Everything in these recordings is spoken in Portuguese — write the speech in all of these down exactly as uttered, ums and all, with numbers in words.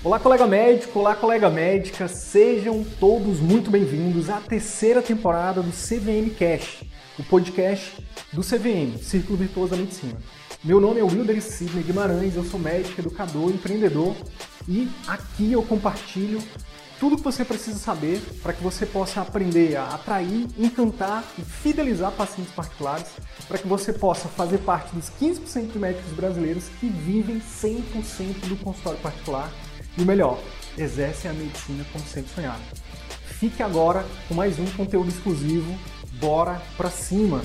Olá, colega médico, olá, colega médica, sejam todos muito bem-vindos à terceira temporada do C V M Cast, o podcast do C V M, Círculo Virtuoso da Medicina. Meu nome é Wilder Sidney Guimarães, eu sou médico, educador, empreendedor e aqui eu compartilho tudo o que você precisa saber para que você possa aprender a atrair, encantar e fidelizar pacientes particulares, para que você possa fazer parte dos quinze por cento de médicos brasileiros que vivem cem por cento do consultório particular e o melhor, exercem a medicina como sempre sonharam. Fique agora com mais um conteúdo exclusivo. Bora pra cima!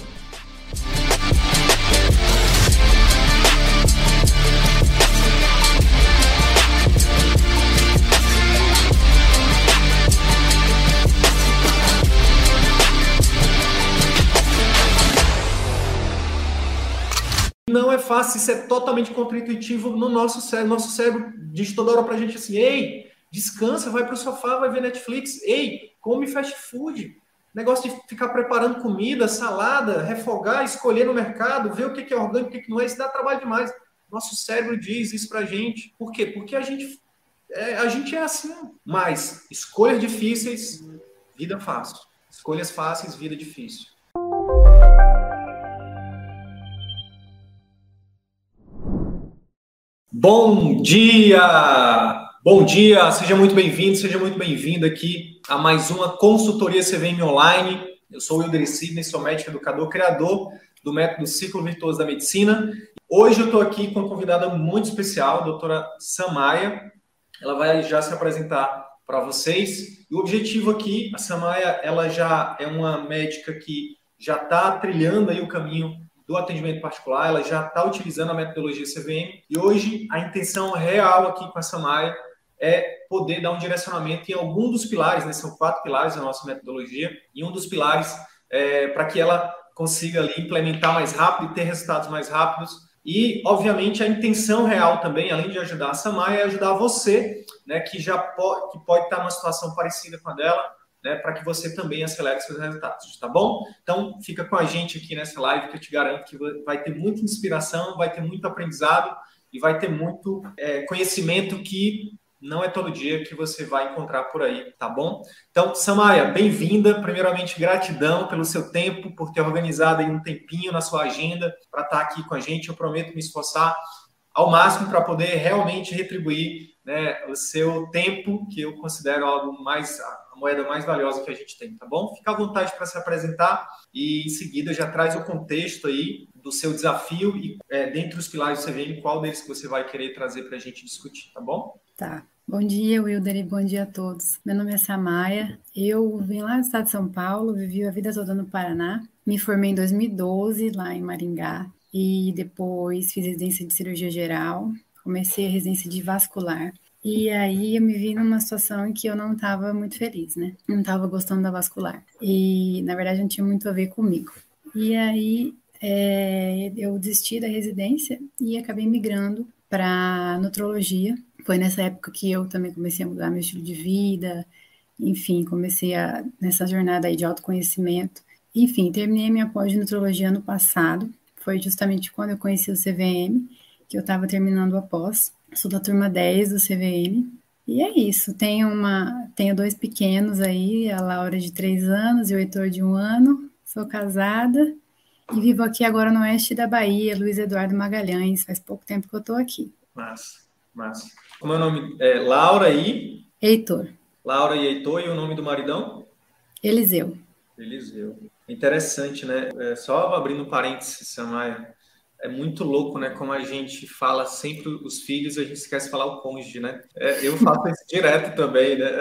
Não é fácil, isso é totalmente contraintuitivo no nosso cérebro. Nosso cérebro diz toda hora pra gente assim: ei, descansa, vai pro sofá, vai ver Netflix. Ei, come fast food. Negócio de ficar preparando comida, salada, refogar, escolher no mercado, ver o que é orgânico, o que não é, isso dá trabalho demais. Nosso cérebro diz isso pra gente. Por quê? Porque a gente é, a gente é assim. Mas escolhas difíceis, vida fácil. Escolhas fáceis, vida difícil. Bom dia! Bom dia! Seja muito bem-vindo, seja muito bem-vindo aqui a mais uma consultoria C V M Online. Eu sou o Wilder Sidney, sou médico educador, criador do método Círculo Virtuoso da Medicina. Hoje eu estou aqui com uma convidada muito especial, a doutora Samaia. Ela vai já se apresentar para vocês. E o objetivo aqui, a Samaia, ela já é uma médica que já está trilhando aí o caminho do atendimento particular, ela já está utilizando a metodologia C V M e hoje a intenção real aqui com a Samaia é poder dar um direcionamento em algum dos pilares, né? São quatro pilares da nossa metodologia, e um dos pilares é para que ela consiga ali implementar mais rápido e ter resultados mais rápidos. E, obviamente, a intenção real também, além de ajudar a Samaia, é ajudar você, né, que já pode, que pode estar numa situação parecida com a dela, né, para que você também acelere seus resultados, tá bom? Então, fica com a gente aqui nessa live, que eu te garanto que vai ter muita inspiração, vai ter muito aprendizado e vai ter muito é, conhecimento que não é todo dia que você vai encontrar por aí, tá bom? Então, Samaia, bem-vinda. Primeiramente, gratidão pelo seu tempo, por ter organizado aí um tempinho na sua agenda para estar aqui com a gente. Eu prometo me esforçar ao máximo para poder realmente retribuir, né, o seu tempo, que eu considero algo mais... a moeda mais valiosa que a gente tem, tá bom? Fica à vontade para se apresentar e em seguida já traz o contexto aí do seu desafio e é, dentre os pilares do C V M, qual deles que você vai querer trazer para a gente discutir, tá bom? Tá. Bom dia, Wilder, e bom dia a todos. Meu nome é Samaia, eu vim lá do estado de São Paulo, vivi a vida toda no Paraná, me formei em dois mil e doze lá em Maringá e depois fiz residência de cirurgia geral, comecei a residência de vascular. E aí eu me vi numa situação em que eu não estava muito feliz, né? Não estava gostando da vascular. E, na verdade, não tinha muito a ver comigo. E aí é, eu desisti da residência e acabei migrando para nutrologia. Foi nessa época que eu também comecei a mudar meu estilo de vida. Enfim, comecei a, nessa jornada aí de autoconhecimento. Enfim, terminei minha pós de nutrologia ano passado. Foi justamente quando eu conheci o C V M, que eu estava terminando a pós. Sou da turma dez do C V M, e é isso, tenho, uma, tenho dois pequenos aí, a Laura de três anos e o Heitor de um ano, sou casada e vivo aqui agora no oeste da Bahia, Luiz Eduardo Magalhães, faz pouco tempo que eu estou aqui. Massa, massa. Como é o nome? É Laura e? Heitor. Laura e Heitor, e o nome do maridão? Eliseu. Eliseu. Interessante, né? É, só abrindo um parênteses, Samaia. É muito louco, né? Como a gente fala sempre os filhos, a gente esquece de falar o cônjuge, né? É, eu faço isso direto também, né?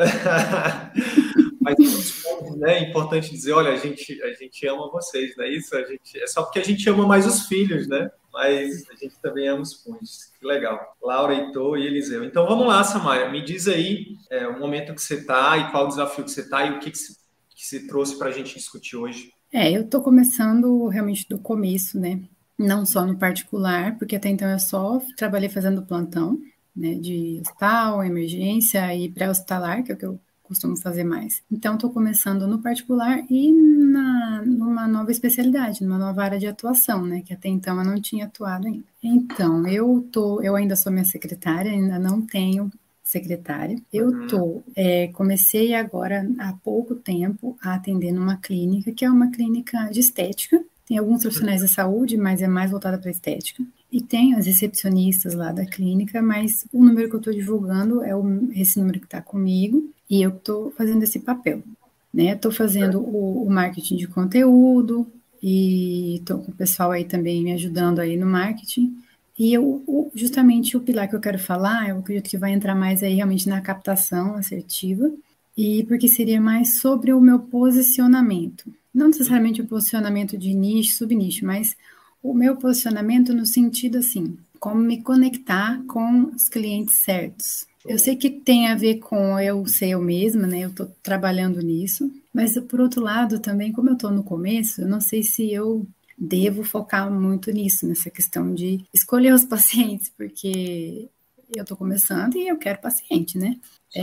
Mas os cônjuges, né? É importante dizer, olha, a gente, a gente ama vocês, não é isso? A gente, é só porque a gente ama mais os filhos, né? Mas a gente também ama os cônjuges. Que legal. Laura, Heitor e Eliseu. Então vamos lá, Samaia. Me diz aí é, o momento que você está e qual o desafio que você está e o que, que, se, que se trouxe para a gente discutir hoje. É, eu estou começando realmente do começo, né? Não só no particular, porque até então eu só trabalhei fazendo plantão, né, de hospital, emergência e pré-hospitalar, que é o que eu costumo fazer mais. Então, estou começando no particular e na, numa nova especialidade, numa nova área de atuação, né, que até então eu não tinha atuado ainda. Então, eu, tô, eu ainda sou minha secretária, ainda não tenho secretária. Eu tô, é, comecei agora há pouco tempo a atender numa clínica, que é uma clínica de estética. Tem alguns profissionais da saúde, mas é mais voltada para estética. E tem as recepcionistas lá da clínica, mas o número que eu estou divulgando é o, esse número que está comigo, e eu estou fazendo esse papel, né? Estou fazendo o, o marketing de conteúdo, e estou com o pessoal aí também me ajudando aí no marketing. E eu, o, justamente o pilar que eu quero falar, eu acredito que vai entrar mais aí realmente na captação assertiva, e porque seria mais sobre o meu posicionamento. Não necessariamente o posicionamento de nicho, subnicho, mas o meu posicionamento no sentido assim, como me conectar com os clientes certos. Eu sei que tem a ver com eu ser eu mesma, né? Eu estou trabalhando nisso, mas por outro lado também, como eu estou no começo, eu não sei se eu devo focar muito nisso, nessa questão de escolher os pacientes, porque eu estou começando e eu quero paciente, né?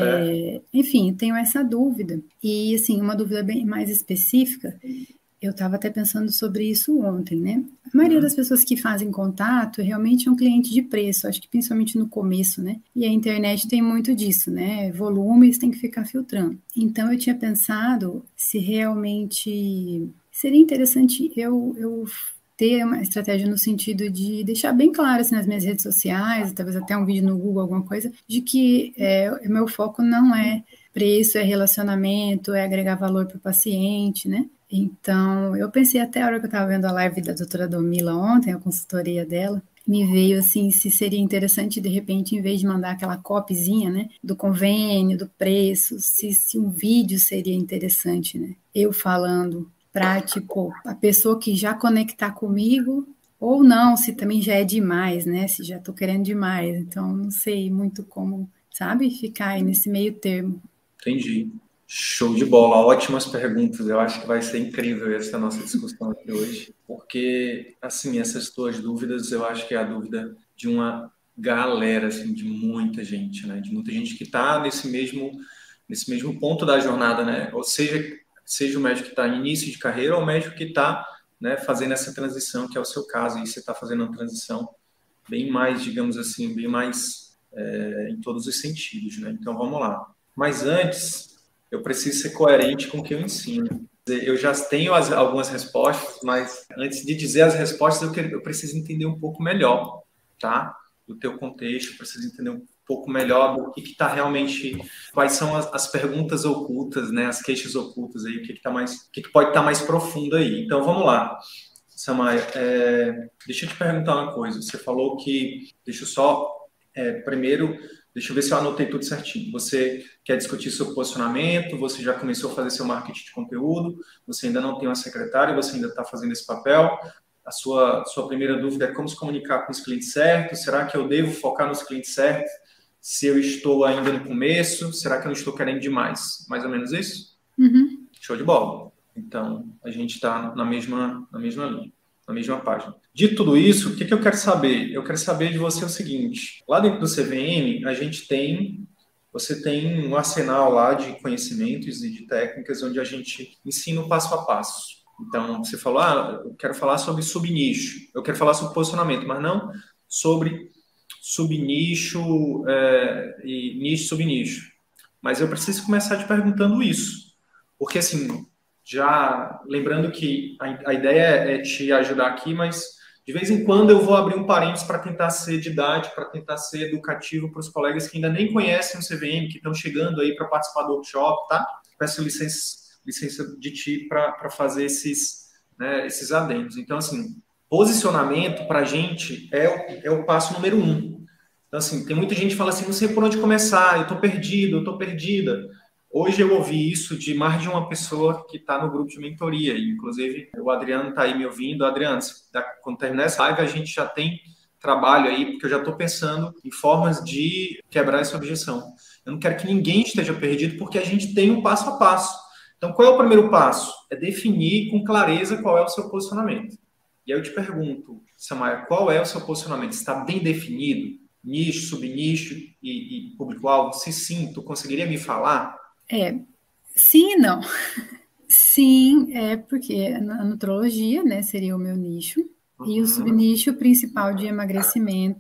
É, enfim, tenho essa dúvida. E, assim, uma dúvida bem mais específica, eu estava até pensando sobre isso ontem, né? A maioria uhum. das pessoas que fazem contato realmente é um cliente de preço, acho que principalmente no começo, né? E a internet tem muito disso, né? Volumes tem que ficar filtrando. Então, eu tinha pensado se realmente seria interessante eu, eu ter uma estratégia no sentido de deixar bem claro assim, nas minhas redes sociais, talvez até um vídeo no Google, alguma coisa, de que é, o meu foco não é preço, é relacionamento, é agregar valor para o paciente, né? Então, eu pensei até a hora que eu estava vendo a live da doutora Domila ontem, a consultoria dela, me veio assim, se seria interessante, de repente, em vez de mandar aquela copyzinha, né, do convênio, do preço, se, se um vídeo seria interessante, né? Eu falando para, tipo, a pessoa que já conectar comigo, ou não, se também já é demais, né? Se já estou querendo demais. Então, não sei muito como, sabe, ficar aí nesse meio termo. Entendi. Show de bola. Ótimas perguntas. Eu acho que vai ser incrível essa nossa discussão aqui hoje. Porque, assim, essas tuas dúvidas, eu acho que é a dúvida de uma galera, assim, de muita gente, né? De muita gente que está nesse mesmo, nesse mesmo ponto da jornada, né? Ou seja, seja o médico que está em início de carreira ou o médico que está, né, fazendo essa transição, que é o seu caso, e você está fazendo uma transição bem mais, digamos assim, bem mais é, em todos os sentidos, né? Então, vamos lá. Mas antes, eu preciso ser coerente com o que eu ensino. Eu já tenho as, algumas respostas, mas antes de dizer as respostas, eu, quero, eu preciso entender um pouco melhor, tá? Do teu contexto, eu preciso entender um pouco melhor do que está realmente, quais são as, as perguntas ocultas, né? As queixas ocultas aí, o que, que, tá mais, o que, que pode estar tá mais profundo aí. Então, vamos lá. Samaya, é, deixa eu te perguntar uma coisa. Você falou que, deixa eu só, é, primeiro, deixa eu ver se eu anotei tudo certinho. Você quer discutir seu posicionamento, você já começou a fazer seu marketing de conteúdo, você ainda não tem uma secretária, você ainda está fazendo esse papel. A sua, sua primeira dúvida é como se comunicar com os clientes certos. Será que eu devo focar nos clientes certos? Se eu estou ainda no começo, será que eu não estou querendo demais? Mais ou menos isso? Uhum. Show de bola. Então, a gente está na mesma, na mesma linha, na mesma página. Dito tudo isso, o que, que eu quero saber? Eu quero saber de você o seguinte. Lá dentro do C V M, a gente tem... Você tem um arsenal lá de conhecimentos e de técnicas onde a gente ensina o passo a passo. Então, você falou, ah, eu quero falar sobre subnicho, eu quero falar sobre posicionamento, mas não sobre subnicho é, e nicho, subnicho. Mas eu preciso começar te perguntando isso. Porque, assim, já lembrando que a, a ideia é te ajudar aqui, mas de vez em quando eu vou abrir um parênteses para tentar ser didático, para tentar ser educativo para os colegas que ainda nem conhecem o C V M, que estão chegando aí para participar do workshop, tá? Peço licença, licença de ti para fazer esses, né, esses adendos. Então, assim, posicionamento para a gente é o, é o passo número um. Então, assim, tem muita gente que fala assim, não sei por onde começar, eu estou perdido, eu estou perdida. Hoje eu ouvi isso de mais de uma pessoa que está no grupo de mentoria. E, inclusive, o Adriano está aí me ouvindo. Adriano, quando terminar essa live, a gente já tem trabalho aí, porque eu já estou pensando em formas de quebrar essa objeção. Eu não quero que ninguém esteja perdido, porque a gente tem um passo a passo. Então, qual é o primeiro passo? É definir com clareza qual é o seu posicionamento. E aí eu te pergunto, Samaya, qual é o seu posicionamento? Está bem definido? Nicho, subnicho e, e público-alvo? Se sim, tu conseguiria me falar? É, sim e não. Sim, é porque a nutrologia, né, seria o meu nicho, uhum. E o subnicho principal de emagrecimento,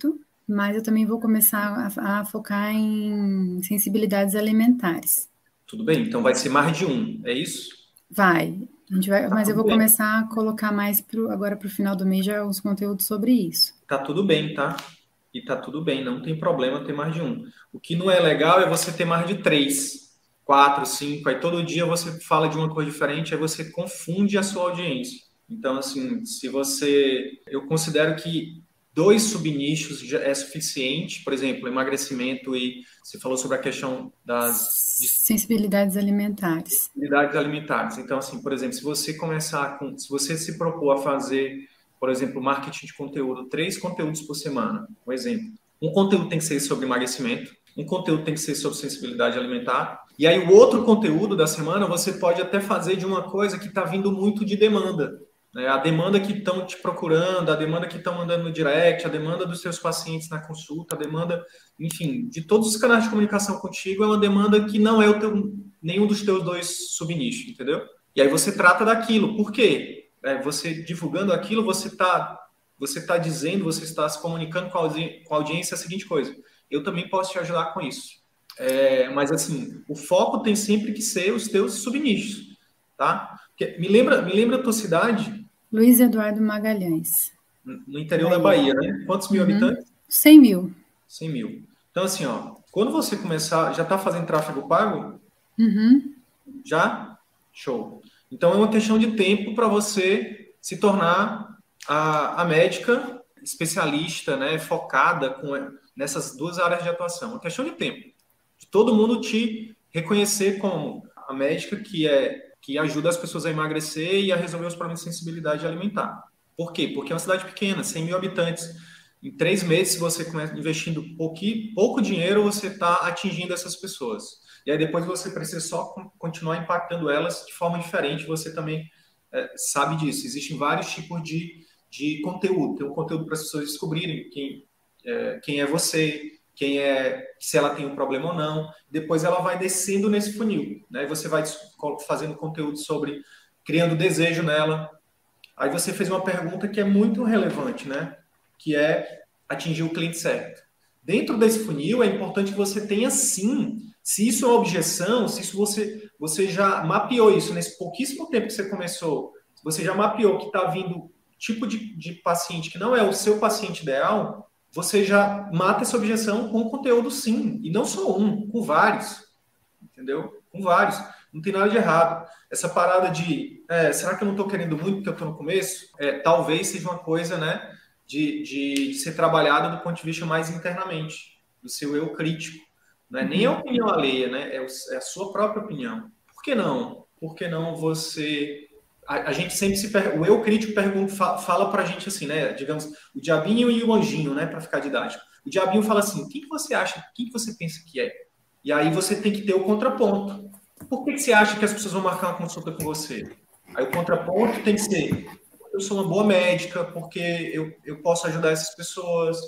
mas eu também vou começar a, a focar em sensibilidades alimentares. Tudo bem, então vai ser mais de um, é isso? Vai, a gente vai, Tá mas eu tudo vou bem. começar a colocar mais pro, agora para o final do mês já os conteúdos sobre isso. Tá tudo bem, tá? E tá tudo bem, não tem problema ter mais de um. O que não é legal é você ter mais de três, quatro, cinco, aí todo dia você fala de uma coisa diferente, aí você confunde a sua audiência. Então, assim, se você... Eu considero que dois subnichos já é suficiente, por exemplo, emagrecimento e você falou sobre a questão das sensibilidades alimentares. Sensibilidades alimentares. Então, assim, por exemplo, se você começar com... Se você se propor a fazer... Por exemplo, marketing de conteúdo, três conteúdos por semana, um exemplo. Um conteúdo tem que ser sobre emagrecimento, um conteúdo tem que ser sobre sensibilidade alimentar, e aí o outro conteúdo da semana você pode até fazer de uma coisa que está vindo muito de demanda. Né? A demanda que estão te procurando, a demanda que estão mandando no direct, a demanda dos seus pacientes na consulta, a demanda, enfim, de todos os canais de comunicação contigo é uma demanda que não é o teu, nenhum dos teus dois subnichos, entendeu? E aí você trata daquilo. Por quê? É, você divulgando aquilo, você está você tá dizendo, você está se comunicando com a, audi com a audiência a seguinte coisa: eu também posso te ajudar com isso. É, mas assim, o foco tem sempre que ser os teus subnichos, tá? Porque, me lembra, me lembra a tua cidade? Luiz Eduardo Magalhães. No interior Bahia. da Bahia, né? Quantos mil uhum. habitantes? cem mil. cem mil. Então assim, ó, quando você começar, já está fazendo tráfego pago? Uhum. Já? Show. Então, é uma questão de tempo para você se tornar a, a médica especialista, né, focada com, nessas duas áreas de atuação. É uma questão de tempo. De todo mundo te reconhecer como a médica que, é, que ajuda as pessoas a emagrecer e a resolver os problemas de sensibilidade alimentar. Por quê? Porque é uma cidade pequena, cem mil habitantes. Em três meses, se você começa investindo pouqui, pouco dinheiro, você está atingindo essas pessoas. E aí depois você precisa só continuar impactando elas de forma diferente, você também é, sabe disso. Existem vários tipos de, de conteúdo. Tem um conteúdo para as pessoas descobrirem quem é, quem é você, quem é, se ela tem um problema ou não. Depois ela vai descendo nesse funil, né? E você vai fazendo conteúdo sobre, criando desejo nela. Aí você fez uma pergunta que é muito relevante, né? Que é atingir o cliente certo. Dentro desse funil é importante que você tenha sim... Se isso é uma objeção, se isso você, você já mapeou isso nesse pouquíssimo tempo que você começou, você já mapeou que está vindo tipo de, de paciente que não é o seu paciente ideal, você já mata essa objeção com conteúdo sim. E não só um, com vários. Entendeu? Com vários. Não tem nada de errado. Essa parada de, é, será que eu não estou querendo muito porque eu estou no começo? É, talvez seja uma coisa, né, de, de, de ser trabalhada do ponto de vista mais internamente, do seu eu crítico. Não é nem a opinião alheia, né? É, o, é a sua própria opinião. Por que não? Por que não você... A, a gente sempre se... Per... O eu crítico pergunta, fa, fala pra gente assim, né? Digamos, o diabinho e o anjinho, né? Para ficar didático. O diabinho fala assim, quem que você acha, quem que você pensa que é? E aí você tem que ter o contraponto. Por que que você acha que as pessoas vão marcar uma consulta com você? Aí o contraponto tem que ser, eu sou uma boa médica, porque eu, eu posso ajudar essas pessoas...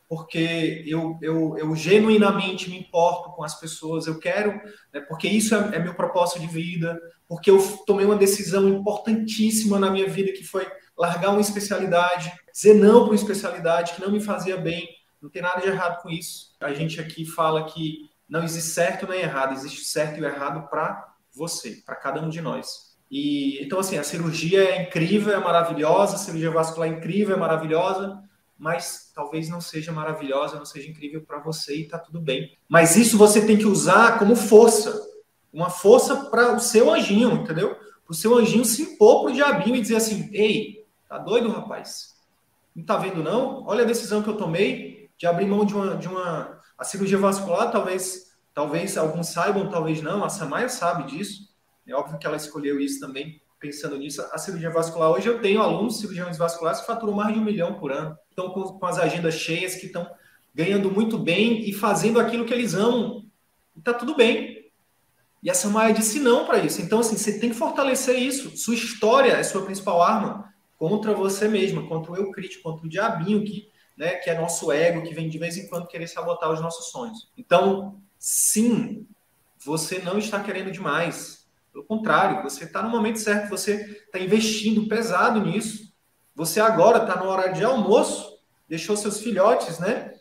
porque eu, eu, eu genuinamente me importo com as pessoas, eu quero, né, porque isso é, é meu propósito de vida, porque eu tomei uma decisão importantíssima na minha vida, que foi largar uma especialidade, dizer não para uma especialidade que não me fazia bem, não tem nada de errado com isso. A gente aqui fala que não existe certo nem errado, existe certo e o errado para você, para cada um de nós. E, então, assim, a cirurgia é incrível, é maravilhosa, a cirurgia vascular é incrível, é maravilhosa, mas talvez não seja maravilhosa, não seja incrível para você e tá tudo bem. Mas isso você tem que usar como força, uma força para o seu anjinho, entendeu? Para o seu anjinho se impor pro diabinho e dizer assim, ei, tá doido, rapaz? Não tá vendo não? Olha a decisão que eu tomei de abrir mão de uma... De uma... A cirurgia vascular, talvez, talvez alguns saibam, talvez não, a Samaya sabe disso, é óbvio que ela escolheu isso também, pensando nisso. A cirurgia vascular, hoje eu tenho alunos cirurgiões vasculares que faturam mais de um milhão por ano. Estão com, com as agendas cheias, que estão ganhando muito bem e fazendo aquilo que eles amam. E tá tudo bem. E a Samaya disse não para isso. Então, assim, você tem que fortalecer isso. Sua história é sua principal arma contra você mesma, contra o eu crítico, contra o diabinho, que, né, que é nosso ego, que vem de vez em quando querer sabotar os nossos sonhos. Então, sim, você não está querendo demais. Pelo contrário, você está no momento certo, você está investindo pesado nisso. Você agora está no horário de almoço, deixou seus filhotes, né,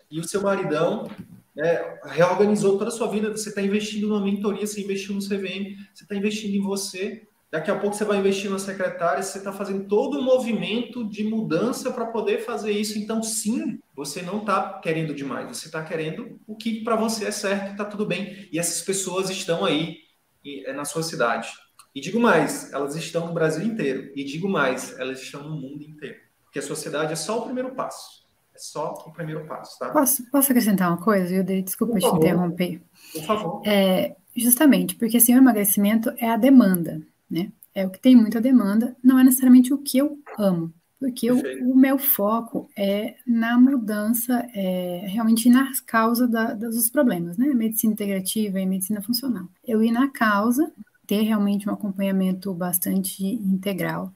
e o seu maridão, né, reorganizou toda a sua vida, você está investindo numa mentoria, você investiu no C V M, você está investindo em você, daqui a pouco você vai investir na secretária, você está fazendo todo um movimento de mudança para poder fazer isso. Então, sim, você não está querendo demais, você está querendo o que para você é certo, está tudo bem. E essas pessoas estão aí na sua cidade. E digo mais, elas estão no Brasil inteiro. E digo mais, elas estão no mundo inteiro. Porque a sua cidade é só o primeiro passo. É só o primeiro passo, tá? Posso, posso acrescentar uma coisa, Wilder? Desculpa Por te favor. interromper. Por favor. É, justamente, porque assim, o emagrecimento é a demanda, né? É o que tem muita demanda, não é necessariamente o que eu amo. Porque o, o meu foco é na mudança, é, realmente na causa da, dos problemas, né? Medicina integrativa e medicina funcional. Eu ir na causa, ter realmente um acompanhamento bastante integral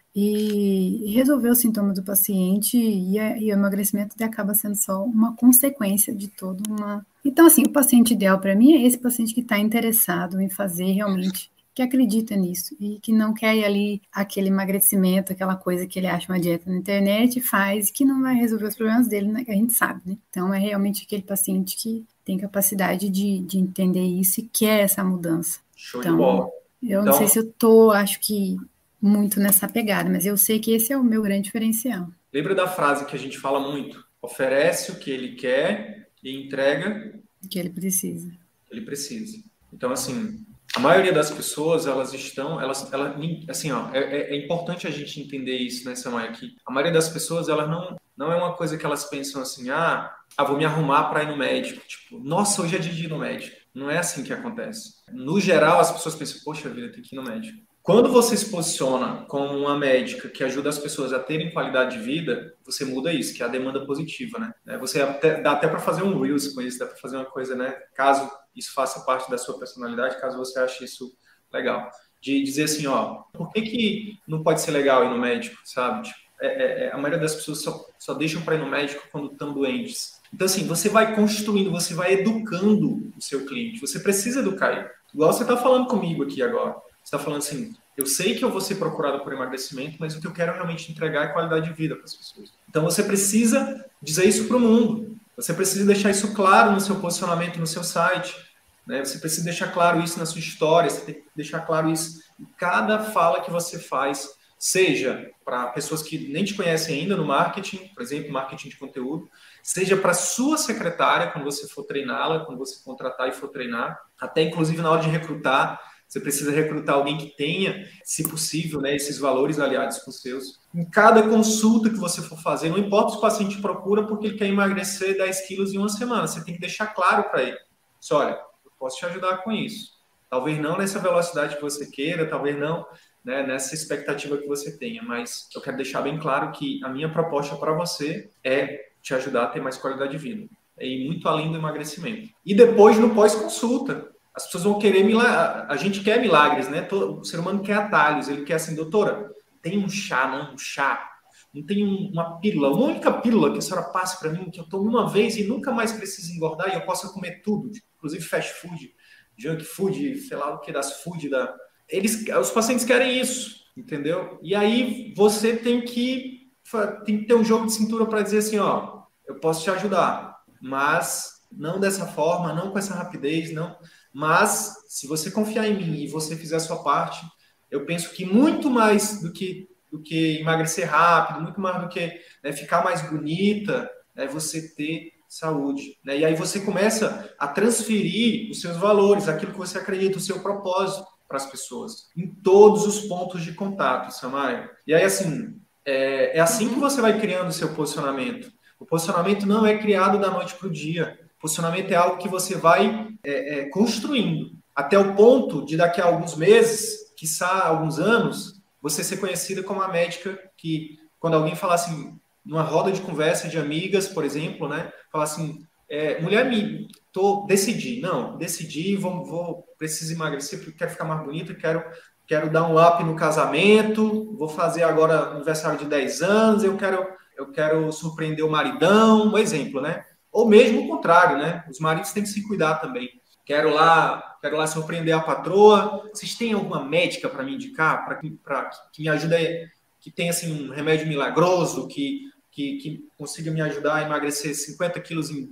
e resolver os sintomas do paciente e, a, e o emagrecimento acaba sendo só uma consequência de toda uma... Então, assim, o paciente ideal para mim é esse paciente que está interessado em fazer realmente, que acredita nisso e que não quer ir ali aquele emagrecimento, aquela coisa que ele acha uma dieta na internet, faz, que não vai resolver os problemas dele, né, que a gente sabe, né? Então, é realmente aquele paciente que tem capacidade de, de entender isso e quer essa mudança. Show então, de bola. Eu então, não sei se eu tô, acho que, muito nessa pegada, mas eu sei que esse é o meu grande diferencial. Lembra da frase que a gente fala muito? Oferece o que ele quer e entrega o que ele precisa. Ele precisa. Então, assim, a maioria das pessoas, elas estão, elas, elas assim, ó, é, é importante a gente entender isso, né, Samaya, que a maioria das pessoas, elas não, não é uma coisa que elas pensam assim, ah, ah vou me arrumar para ir no médico. Tipo, nossa, hoje é dia de ir no médico. Não é assim que acontece. No geral, as pessoas pensam, poxa vida, tem que ir no médico. Quando você se posiciona como uma médica que ajuda as pessoas a terem qualidade de vida, você muda isso, que é a demanda positiva, né? Você até, dá até para fazer um Reels com isso, dá para fazer uma coisa, né? Caso isso faça parte da sua personalidade, caso você ache isso legal. De dizer assim, ó, por que que não pode ser legal ir no médico, sabe? Tipo, é, é, a maioria das pessoas só, só deixam para ir no médico quando estão doentes. Então, assim, você vai construindo, você vai educando o seu cliente. Você precisa educar ele. Igual você está falando comigo aqui agora. Você está falando assim, eu sei que eu vou ser procurado por emagrecimento, mas o que eu quero realmente entregar é qualidade de vida para as pessoas. Então, você precisa dizer isso para o mundo. Você precisa deixar isso claro no seu posicionamento, no seu site. Né? Você precisa deixar claro isso na sua história. Você tem que deixar claro isso em cada fala que você faz. Seja para pessoas que nem te conhecem ainda no marketing, por exemplo, marketing de conteúdo, seja para sua secretária, quando você for treiná-la, quando você contratar e for treinar, até inclusive na hora de recrutar, você precisa recrutar alguém que tenha, se possível, né, esses valores aliados com os seus. Em cada consulta que você for fazer, não importa se o paciente procura porque ele quer emagrecer dez quilos em uma semana, você tem que deixar claro para ele. Só, olha, eu posso te ajudar com isso. Talvez não nessa velocidade que você queira, talvez não, né, nessa expectativa que você tenha, mas eu quero deixar bem claro que a minha proposta para você é te ajudar a ter mais qualidade de vida. É ir muito além do emagrecimento. E depois, no pós-consulta, as pessoas vão querer milagres. A gente quer milagres, né? O ser humano quer atalhos. Ele quer assim, doutora, tem um chá, não? Um chá. Não tem uma pílula. Uma única pílula que a senhora passe para mim, que eu tomo uma vez e nunca mais preciso engordar e eu possa comer tudo, inclusive fast food, junk food, sei lá o que, das food. Da... Eles, os pacientes querem isso, entendeu? E aí você tem que, tem que ter um jogo de cintura para dizer assim, ó, eu posso te ajudar, mas não dessa forma, não com essa rapidez, não... Mas, se você confiar em mim e você fizer a sua parte, eu penso que muito mais do que, do que emagrecer rápido, muito mais do que, né, ficar mais bonita, é você ter saúde. Né? E aí você começa a transferir os seus valores, aquilo que você acredita, o seu propósito para as pessoas, em todos os pontos de contato, Samaya. E aí, assim, é, é assim que você vai criando o seu posicionamento. O posicionamento não é criado da noite para o dia. Posicionamento é algo que você vai é, é, construindo até o ponto de daqui a alguns meses, quiçá alguns anos, você ser conhecida como a médica que, quando alguém falar assim, numa roda de conversa de amigas, por exemplo, né, falar assim, é, mulher, me tô, decidi, não, decidi, vou, vou, preciso emagrecer porque quero ficar mais bonita, quero, quero dar um up no casamento, vou fazer agora aniversário de dez anos, eu quero, eu quero surpreender o maridão, um exemplo, né? Ou mesmo o contrário, né? Os maridos têm que se cuidar também. Quero lá, quero lá surpreender a patroa. Vocês têm alguma médica para me indicar? Para que, pra, que me ajude, que tenha assim, um remédio milagroso, que, que, que consiga me ajudar a emagrecer cinquenta quilos em, em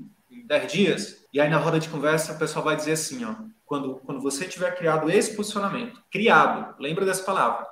dez dias? E aí na roda de conversa, o pessoal vai dizer assim, ó, quando, quando você tiver criado esse posicionamento, criado, lembra dessa palavra,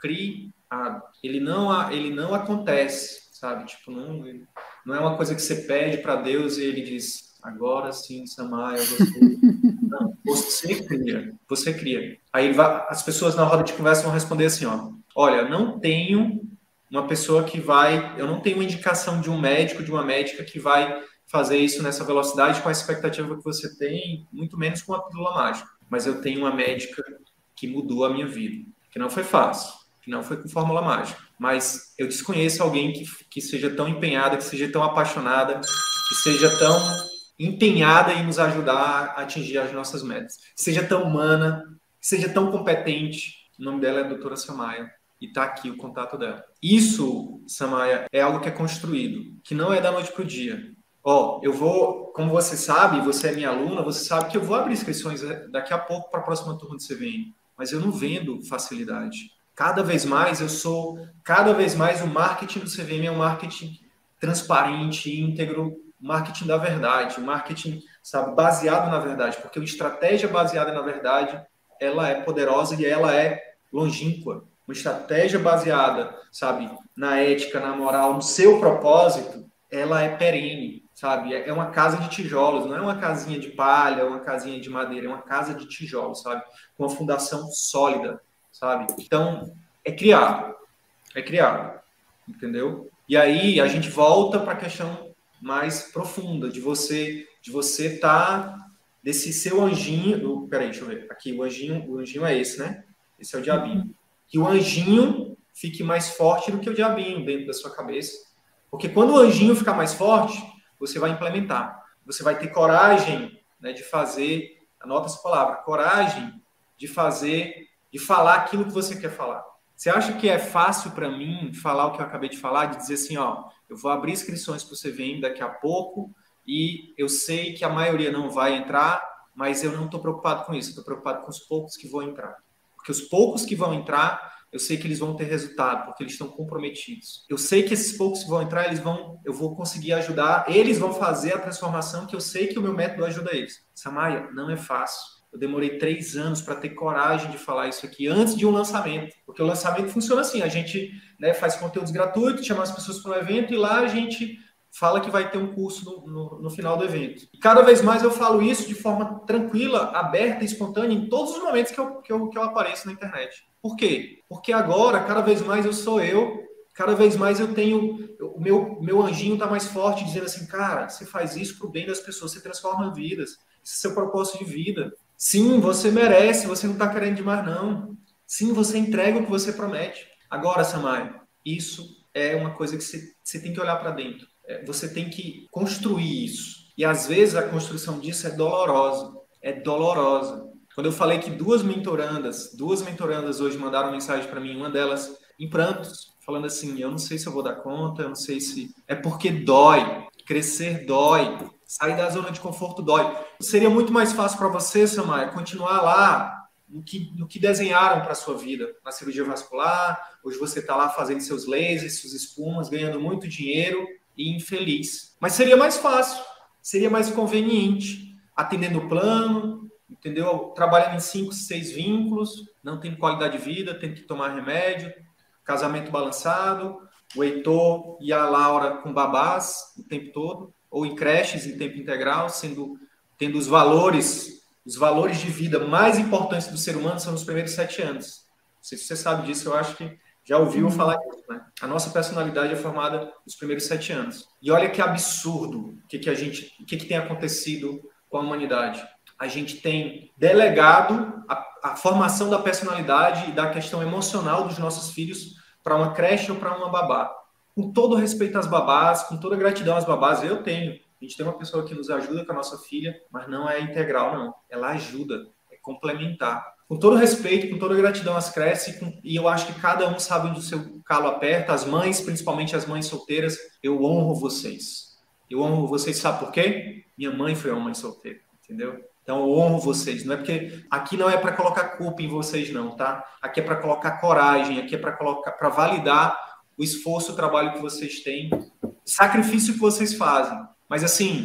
criado, ele não, ele não acontece, sabe? Tipo, não, não é uma coisa que você pede para Deus e ele diz, agora sim, Samaya, você... Não, você cria, você cria. Aí vai, as pessoas na roda de conversa vão responder assim, ó, olha, não tenho uma pessoa que vai, eu não tenho uma indicação de um médico, de uma médica que vai fazer isso nessa velocidade com a expectativa que você tem, muito menos com a pílula mágica. Mas eu tenho uma médica que mudou a minha vida, que não foi fácil, que não foi com fórmula mágica, mas eu desconheço alguém que, que seja tão empenhada, que seja tão apaixonada, que seja tão empenhada em nos ajudar a atingir as nossas metas, que seja tão humana, que seja tão competente. O nome dela é a doutora Samaya. E está aqui o contato dela. Isso, Samaya, é algo que é construído, que não é da noite para o dia. Ó, eu vou, como você sabe, você é minha aluna, você sabe que eu vou abrir inscrições daqui a pouco para a próxima turma do C V M, mas eu não vendo facilidade. Cada vez mais eu sou, cada vez mais o marketing do C V M é um marketing transparente, íntegro, marketing da verdade, marketing, sabe, baseado na verdade, porque a estratégia baseada na verdade, ela é poderosa e ela é longínqua. Uma estratégia baseada, sabe, na ética, na moral, no seu propósito, ela é perene, sabe? É uma casa de tijolos, não é uma casinha de palha, uma casinha de madeira, é uma casa de tijolos, sabe? Com uma fundação sólida, sabe? Então, é criado, é criado, entendeu? E aí a gente volta para a questão mais profunda de você, de você tá desse seu anjinho, peraí, deixa eu ver, aqui o anjinho, o anjinho é esse, né? Esse é o diabinho. Que o anjinho fique mais forte do que o diabinho dentro da sua cabeça. Porque quando o anjinho ficar mais forte, você vai implementar. Você vai ter coragem, né, de fazer, anota essa palavra, coragem de fazer, de falar aquilo que você quer falar. Você acha que é fácil para mim falar o que eu acabei de falar, de dizer assim, ó, eu vou abrir inscrições para o C V M daqui a pouco e eu sei que a maioria não vai entrar, mas eu não estou preocupado com isso, estou preocupado com os poucos que vão entrar. Porque os poucos que vão entrar, eu sei que eles vão ter resultado, porque eles estão comprometidos. Eu sei que esses poucos que vão entrar, eles vão, eu vou conseguir ajudar, eles vão fazer a transformação que eu sei que o meu método ajuda eles. Samaya, não é fácil. Eu demorei três anos para ter coragem de falar isso aqui antes de um lançamento. Porque o lançamento funciona assim, a gente, né, faz conteúdos gratuitos, chama as pessoas para um evento e lá a gente fala que vai ter um curso no, no, no final do evento. E cada vez mais eu falo isso de forma tranquila, aberta e espontânea em todos os momentos que eu, que eu, que eu apareço na internet. Por quê? Porque agora, cada vez mais eu sou eu, cada vez mais eu tenho... O meu, meu anjinho está mais forte, dizendo assim, cara, você faz isso para o bem das pessoas, você transforma vidas. Esse é o seu propósito de vida. Sim, você merece, você não está querendo demais, não. Sim, você entrega o que você promete. Agora, Samaya, isso é uma coisa que você, você tem que olhar para dentro. Você tem que construir isso. E às vezes a construção disso é dolorosa. É dolorosa. Quando eu falei que duas mentorandas, duas mentorandas hoje mandaram mensagem para mim, uma delas em prantos, falando assim, eu não sei se eu vou dar conta, eu não sei se... É porque dói. Crescer dói. Sair da zona de conforto dói. Seria muito mais fácil para você, Samaya, continuar lá no que, no que desenharam para a sua vida, na cirurgia vascular. Hoje você está lá fazendo seus lasers, suas espumas, ganhando muito dinheiro e infeliz. Mas seria mais fácil, seria mais conveniente, atendendo o plano, entendeu? Trabalhando em cinco, seis vínculos, não tem qualidade de vida, tem que tomar remédio, casamento balançado, o Heitor e a Laura com babás o tempo todo, ou em creches em tempo integral, sendo, tendo os valores, os valores de vida mais importantes do ser humano são nos primeiros sete anos. Não sei se você sabe disso, eu acho que já ouviu uhum. falar disso, né? A nossa personalidade é formada nos primeiros sete anos. E olha que absurdo o que, que a gente, o que, que tem acontecido com a humanidade. A gente tem delegado a, a formação da personalidade e da questão emocional dos nossos filhos para uma creche ou para uma babá. Com todo respeito às babás, com toda gratidão às babás, eu tenho. A gente tem uma pessoa que nos ajuda com a nossa filha, mas não é integral, não. Ela ajuda, é complementar. Com todo respeito, com toda gratidão às creches, e eu acho que cada um sabe onde o seu calo aperta, as mães, principalmente as mães solteiras, eu honro vocês. Eu honro vocês, sabe por quê? Minha mãe foi uma mãe solteira, entendeu? Então eu honro vocês. Não é porque aqui não é para colocar culpa em vocês, não, tá? Aqui é para colocar coragem, aqui é para colocar, para validar o esforço, o trabalho que vocês têm, o sacrifício que vocês fazem. Mas assim,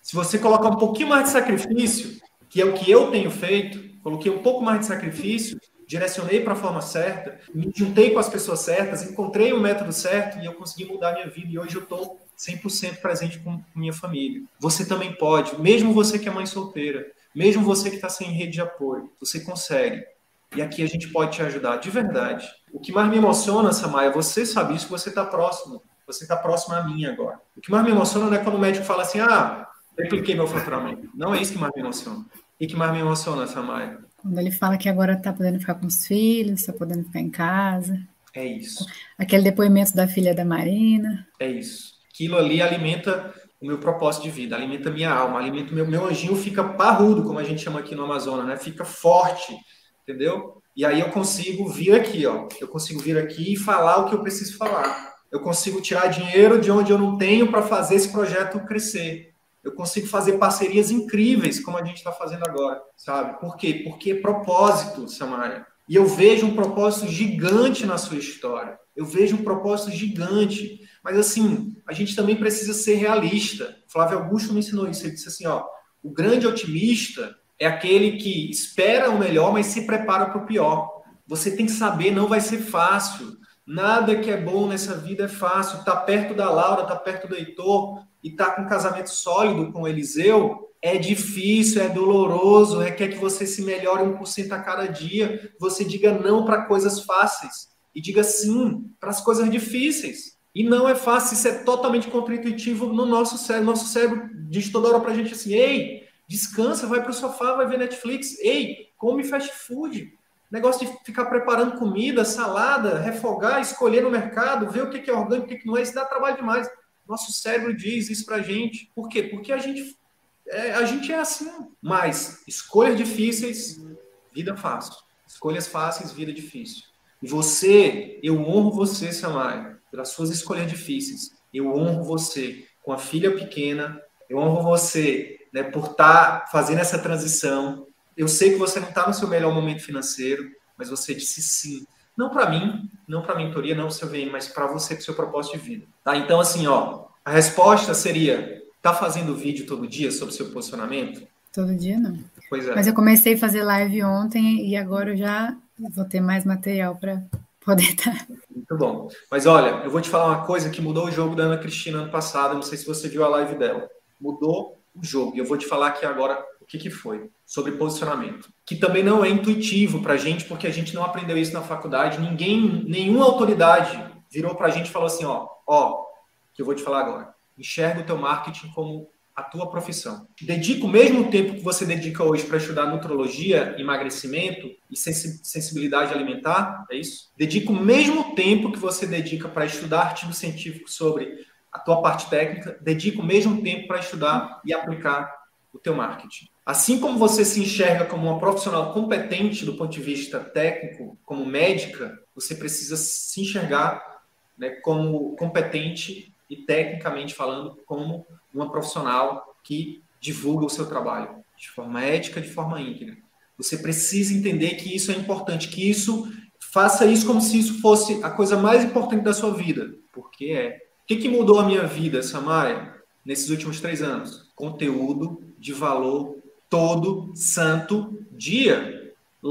Se você colocar um pouquinho mais de sacrifício, que é o que eu tenho feito, coloquei um pouco mais de sacrifício, direcionei para a forma certa, me juntei com as pessoas certas, encontrei o método certo e eu consegui mudar a minha vida. E hoje eu estou cem por cento presente com minha família. Você também pode, mesmo você que é mãe solteira, mesmo você que está sem rede de apoio, você consegue. E aqui a gente pode te ajudar, de verdade. O que mais me emociona, Samaya, você sabe isso, você está próximo. Você está próximo a mim agora. O que mais me emociona não é quando o médico fala assim, ah, repliquei meu faturamento. Não é isso que mais me emociona. O que mais me emociona, Samaya? Quando ele fala que agora está podendo ficar com os filhos, está podendo ficar em casa. É isso. Aquele depoimento da filha da Marina. É isso. Aquilo ali alimenta o meu propósito de vida, alimenta a minha alma, alimenta o meu, meu anjinho, fica parrudo, como a gente chama aqui no Amazonas, né? Fica forte, entendeu? E aí eu consigo vir aqui, ó. Eu consigo vir aqui e falar o que eu preciso falar. Eu consigo tirar dinheiro de onde eu não tenho para fazer esse projeto crescer. Eu consigo fazer parcerias incríveis, como a gente está fazendo agora, sabe? Por quê? Porque é propósito, Samaya. E eu vejo um propósito gigante na sua história. Eu vejo um propósito gigante. Mas, assim, a gente também precisa ser realista. O Flávio Augusto me ensinou isso. Ele disse assim, ó, o grande otimista é aquele que espera o melhor, mas se prepara para o pior. Você tem que saber, não vai ser fácil. Nada que é bom nessa vida é fácil. Tá perto da Laura, tá perto do Heitor e tá com um casamento sólido com o Eliseu, é difícil, é doloroso, requer que você se melhore um por cento a cada dia. Você diga não para coisas fáceis e diga sim para as coisas difíceis. E não é fácil, isso é totalmente contra-intuitivo no nosso cérebro. Nosso cérebro diz toda hora pra gente assim, ei, descansa, vai pro sofá, vai ver Netflix. Ei, come fast food. Negócio de ficar preparando comida, salada, refogar, escolher no mercado, ver o que é orgânico, o que não é, isso dá trabalho demais. Nosso cérebro diz isso pra gente. Por quê? Porque a gente é, a gente é assim. Mas escolhas difíceis, vida fácil. Escolhas fáceis, vida difícil. E você, eu honro você, Samaya, pelas suas escolhas difíceis. Eu honro você com a filha pequena. Eu honro você, né, por estar fazendo essa transição. Eu sei que você não está no seu melhor momento financeiro, mas você disse sim. Não para mim, não para a mentoria, não para o seu V M, mas para você, para o seu propósito de vida. Tá? Então, assim, ó, a resposta seria, tá fazendo vídeo todo dia sobre o seu posicionamento? Todo dia, não. Pois é. Mas eu comecei a fazer live ontem e agora eu já vou ter mais material para poder estar. Muito bom. Mas olha, eu vou te falar uma coisa que mudou o jogo da Ana Cristina ano passado. Não sei se você viu a live dela. Mudou o jogo. E eu vou te falar aqui agora o que, que foi. Sobre posicionamento. Que também não é intuitivo pra gente, porque a gente não aprendeu isso na faculdade. Ninguém, nenhuma autoridade virou pra gente e falou assim, ó, ó, que eu vou te falar agora. Enxerga o teu marketing como a tua profissão. Dedica o mesmo tempo que você dedica hoje para estudar nutrologia, emagrecimento e sensibilidade alimentar, é isso? Dedica o mesmo tempo que você dedica para estudar artigos científicos sobre a tua parte técnica, dedica o mesmo tempo para estudar e aplicar o teu marketing. Assim como você se enxerga como uma profissional competente do ponto de vista técnico, como médica, você precisa se enxergar, né, como competente e tecnicamente falando como uma profissional que divulga o seu trabalho de forma ética, de forma íntegra. Você precisa entender que isso é importante, que isso, faça isso como se isso fosse a coisa mais importante da sua vida, porque é. O que, que mudou a minha vida, Samaya, nesses últimos três anos? Conteúdo de valor todo santo dia.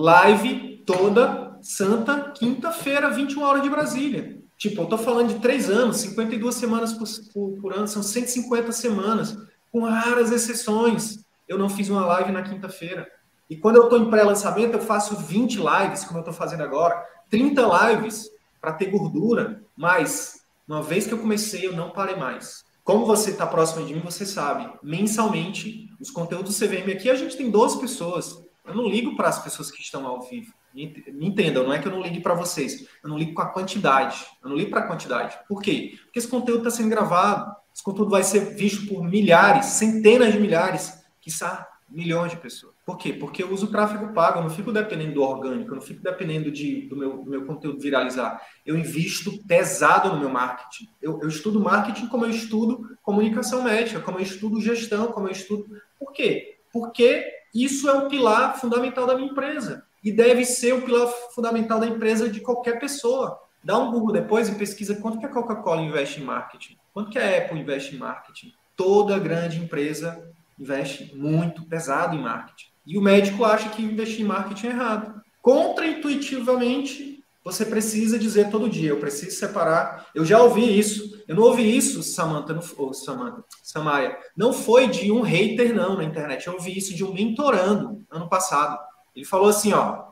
Live toda santa quinta-feira, vinte e uma horas de Brasília. Tipo, eu tô falando de três anos, cinquenta e duas semanas por, por, por ano, são cento e cinquenta semanas, com raras exceções. Eu não fiz uma live na quinta-feira. E quando eu tô em pré-lançamento, eu faço vinte lives, como eu tô fazendo agora, trinta lives para ter gordura, mas uma vez que eu comecei, eu não parei mais. Como você está próximo de mim, você sabe, mensalmente, os conteúdos do C V M aqui, a gente tem doze pessoas. Eu não ligo para as pessoas que estão ao vivo. Me entendam, não é que eu não ligue para vocês. Eu não ligo com a quantidade. Eu não ligo para a quantidade. Por quê? Porque esse conteúdo está sendo gravado. Esse conteúdo vai ser visto por milhares, centenas de milhares, quiçá milhões de pessoas. Por quê? Porque eu uso o tráfego pago. Eu não fico dependendo do orgânico. Eu não fico dependendo de, do, meu, do meu conteúdo viralizar. Eu invisto pesado no meu marketing. Eu, eu estudo marketing como eu estudo comunicação médica, como eu estudo gestão, como eu estudo... Por quê? Porque isso é o pilar fundamental da minha empresa. E deve ser o pilar fundamental da empresa de qualquer pessoa. Dá um Google depois e pesquisa quanto que a Coca-Cola investe em marketing. Quanto que a Apple investe em marketing. Toda grande empresa investe muito pesado em marketing. E o médico acha que investir em marketing é errado. Contraintuitivamente, você precisa dizer todo dia, eu preciso separar. Eu já ouvi isso. Eu não ouvi isso, Samantha, não, ou Samantha, Samaya. Não foi de um hater, não, na internet. Eu ouvi isso de um mentorando, ano passado. Ele falou assim, ó,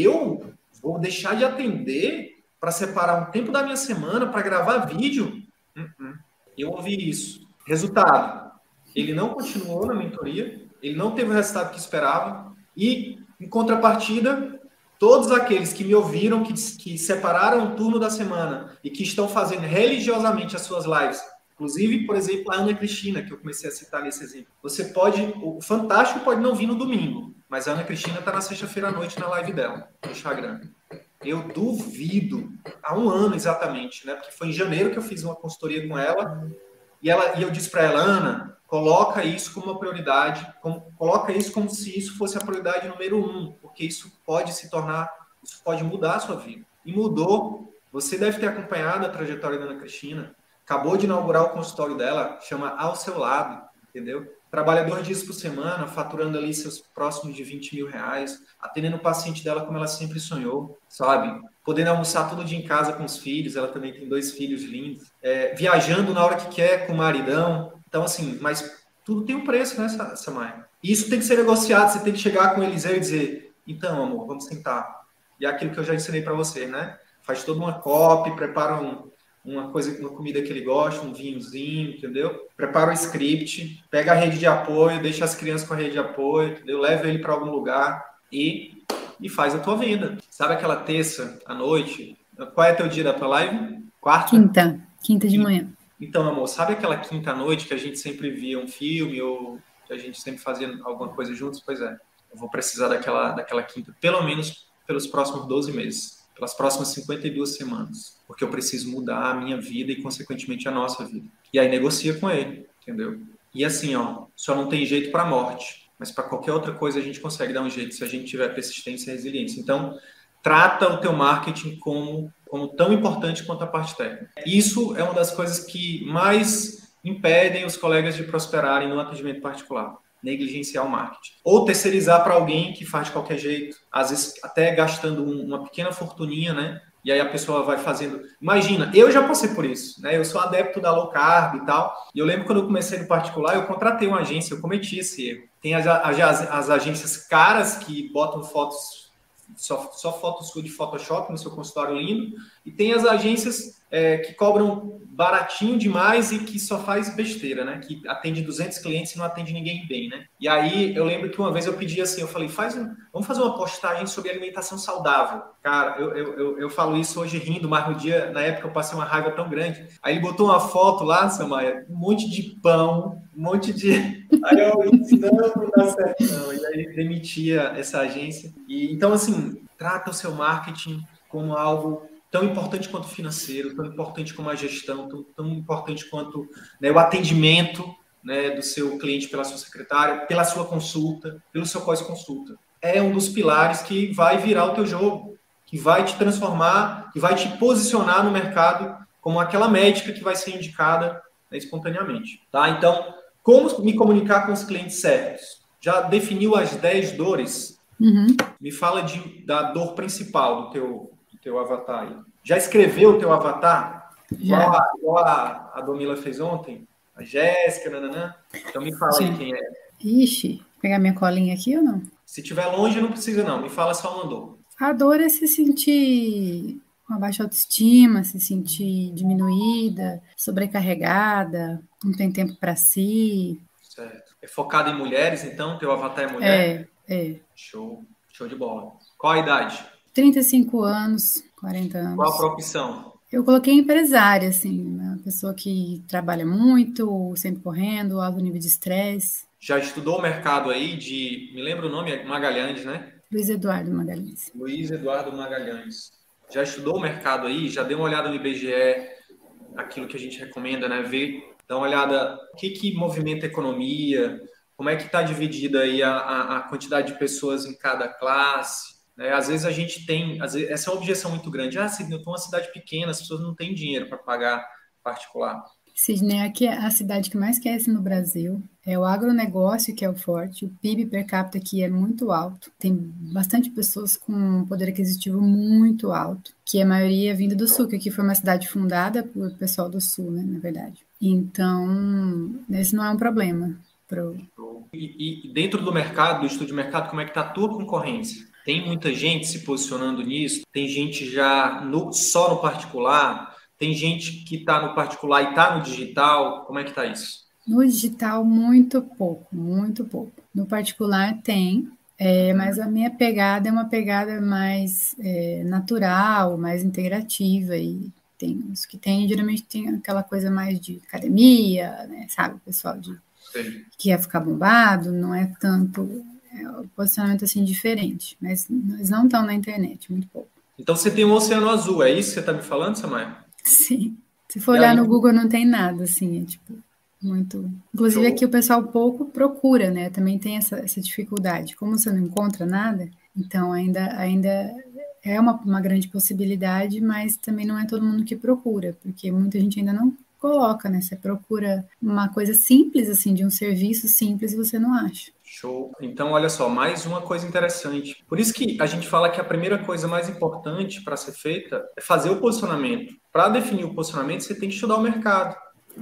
eu vou deixar de atender para separar um tempo da minha semana para gravar vídeo? Uh-uh. Eu ouvi isso. Resultado, ele não continuou na mentoria, ele não teve o resultado que esperava e, em contrapartida, todos aqueles que me ouviram, que, que separaram o turno da semana e que estão fazendo religiosamente as suas lives, inclusive, por exemplo, a Ana Cristina, que eu comecei a citar nesse exemplo. Você pode, o Fantástico pode não vir no domingo, mas a Ana Cristina está na sexta-feira à noite na live dela, no Instagram. Eu duvido, há um ano exatamente, né? Porque foi em janeiro que eu fiz uma consultoria com ela e, ela, e eu disse para ela, Ana, coloca isso como uma prioridade, como, coloca isso como se isso fosse a prioridade número um, porque isso pode se tornar, isso pode mudar a sua vida. E mudou. Você deve ter acompanhado a trajetória da Ana Cristina. Acabou de inaugurar o consultório dela, chama Ao Seu Lado, entendeu? Trabalha dois dias por semana, faturando ali seus próximos de vinte mil reais, atendendo o paciente dela como ela sempre sonhou, sabe? Podendo almoçar todo dia em casa com os filhos, ela também tem dois filhos lindos, é, viajando na hora que quer com o maridão. Então, assim, mas tudo tem um preço, né, Samaya? E isso tem que ser negociado, você tem que chegar com o Eliseu e dizer, então, amor, vamos sentar. E é aquilo que eu já ensinei para você, né? Faz toda uma copy, prepara um, uma coisa, uma comida que ele gosta, um vinhozinho, entendeu? Prepara o script, pega a rede de apoio, deixa as crianças com a rede de apoio, entendeu? Leva ele para algum lugar e, e faz a tua venda. Sabe aquela terça à noite? Qual é teu dia da tua live? Quarta? Quinta. Quinta de manhã. Então, amor, sabe aquela quinta-noite que a gente sempre via um filme ou que a gente sempre fazia alguma coisa juntos? Pois é, eu vou precisar daquela, daquela quinta, pelo menos pelos próximos doze meses, pelas próximas cinquenta e duas semanas, porque eu preciso mudar a minha vida e, consequentemente, a nossa vida. E aí negocia com ele, entendeu? E assim, ó, só não tem jeito para a morte, mas para qualquer outra coisa a gente consegue dar um jeito se a gente tiver persistência e resiliência. Então, trata o teu marketing como, como tão importante quanto a parte técnica. Isso é uma das coisas que mais impedem os colegas de prosperarem no atendimento particular. Negligenciar o marketing. Ou terceirizar para alguém que faz de qualquer jeito, às vezes até gastando um, uma pequena fortuninha, né? E aí a pessoa vai fazendo... Imagina, eu já passei por isso, né? Eu sou adepto da low carb e tal. E eu lembro quando eu comecei no particular, eu contratei uma agência, eu cometi esse erro. Tem as, as, as agências caras que botam fotos... Só, só foto sua de Photoshop no seu consultório lindo, e tem as agências é, que cobram baratinho demais e que só faz besteira, né? Que atende duzentos clientes e não atende ninguém bem, né? E aí eu lembro que uma vez eu pedi assim, eu falei, faz um, vamos fazer uma postagem sobre alimentação saudável. Cara, eu, eu, eu, eu falo isso hoje rindo, mas no dia, na época eu passei uma raiva tão grande. Aí ele botou uma foto lá, Samaya, um monte de pão, um monte de... Aí eu disse, não, não dá certo não. E aí demitia essa agência. E, então, assim, trata o seu marketing como algo tão importante quanto o financeiro, tão importante como a gestão, tão, tão importante quanto, né, o atendimento, né, do seu cliente pela sua secretária, pela sua consulta, pelo seu pós-consulta. É um dos pilares que vai virar o teu jogo, que vai te transformar, que vai te posicionar no mercado como aquela médica que vai ser indicada, né, espontaneamente. Tá? Então, como me comunicar com os clientes certos? Já definiu as dez dores? Uhum. Me fala de, da dor principal do teu, do teu avatar aí. Já escreveu o teu avatar? Já. Igual a, igual a, a Domila fez ontem? A Jéssica, nananã? Então me fala Sim. aí quem é. Ixi, vou pegar minha colinha aqui ou não? Se estiver longe, não precisa não. Me fala só uma dor. A dor é se sentir com baixa autoestima, se sentir diminuída, sobrecarregada, não tem tempo para si. Certo. É focado em mulheres, então? Teu avatar é mulher? É, é. Show. Show de bola. Qual a idade? trinta e cinco anos, quarenta anos. Qual a profissão? Eu coloquei empresária, assim, uma pessoa que trabalha muito, sempre correndo, alto nível de estresse. Já estudou o mercado aí de... Me lembra o nome? Magalhães, né? Luiz Eduardo Magalhães. Luiz Eduardo Magalhães. Já estudou o mercado aí? Já deu uma olhada no I B G E? Aquilo que a gente recomenda, né? Ver, dar uma olhada o que, que movimenta a economia, como é que está dividida aí a, a, a quantidade de pessoas em cada classe. Né? Às vezes a gente tem... Às vezes, essa é uma objeção muito grande. Ah, Sidney, eu estou numa cidade pequena, as pessoas não têm dinheiro para pagar particular. Sidney, aqui é a cidade que mais cresce no Brasil. É o agronegócio que é o forte. O P I B per capita aqui é muito alto. Tem bastante pessoas com um poder aquisitivo muito alto, que a maioria é vinda do Sul, que aqui foi uma cidade fundada por pessoal do Sul, né, na verdade. Então, esse não é um problema. Pro... E, e dentro do mercado, do estudo de mercado, como é que está a tua concorrência? Tem muita gente se posicionando nisso? Tem gente já no, só no particular? Tem gente que está no particular e está no digital? Como é que está isso? No digital, muito pouco, muito pouco. No particular, tem, é, mas a minha pegada é uma pegada mais é, natural, mais integrativa. E tem os que tem, geralmente tem aquela coisa mais de academia, né, sabe? O pessoal de, que quer ficar bombado, não é tanto... É um posicionamento assim diferente, mas eles não estão na internet, muito pouco. Então você tem um oceano azul, é isso que você está me falando, Samaya? Sim. Se for e olhar aí... no Google, não tem nada, assim, é tipo, muito... Inclusive Show. Aqui o pessoal pouco procura, né? Também tem essa, essa dificuldade. Como você não encontra nada, então ainda, ainda é uma, uma grande possibilidade, mas também não é todo mundo que procura, porque muita gente ainda não coloca, né? Você procura uma coisa simples, assim, de um serviço simples e você não acha. Show. Então, olha só, mais uma coisa interessante. Por isso que a gente fala que a primeira coisa mais importante para ser feita é fazer o posicionamento. Para definir o posicionamento, você tem que estudar o mercado.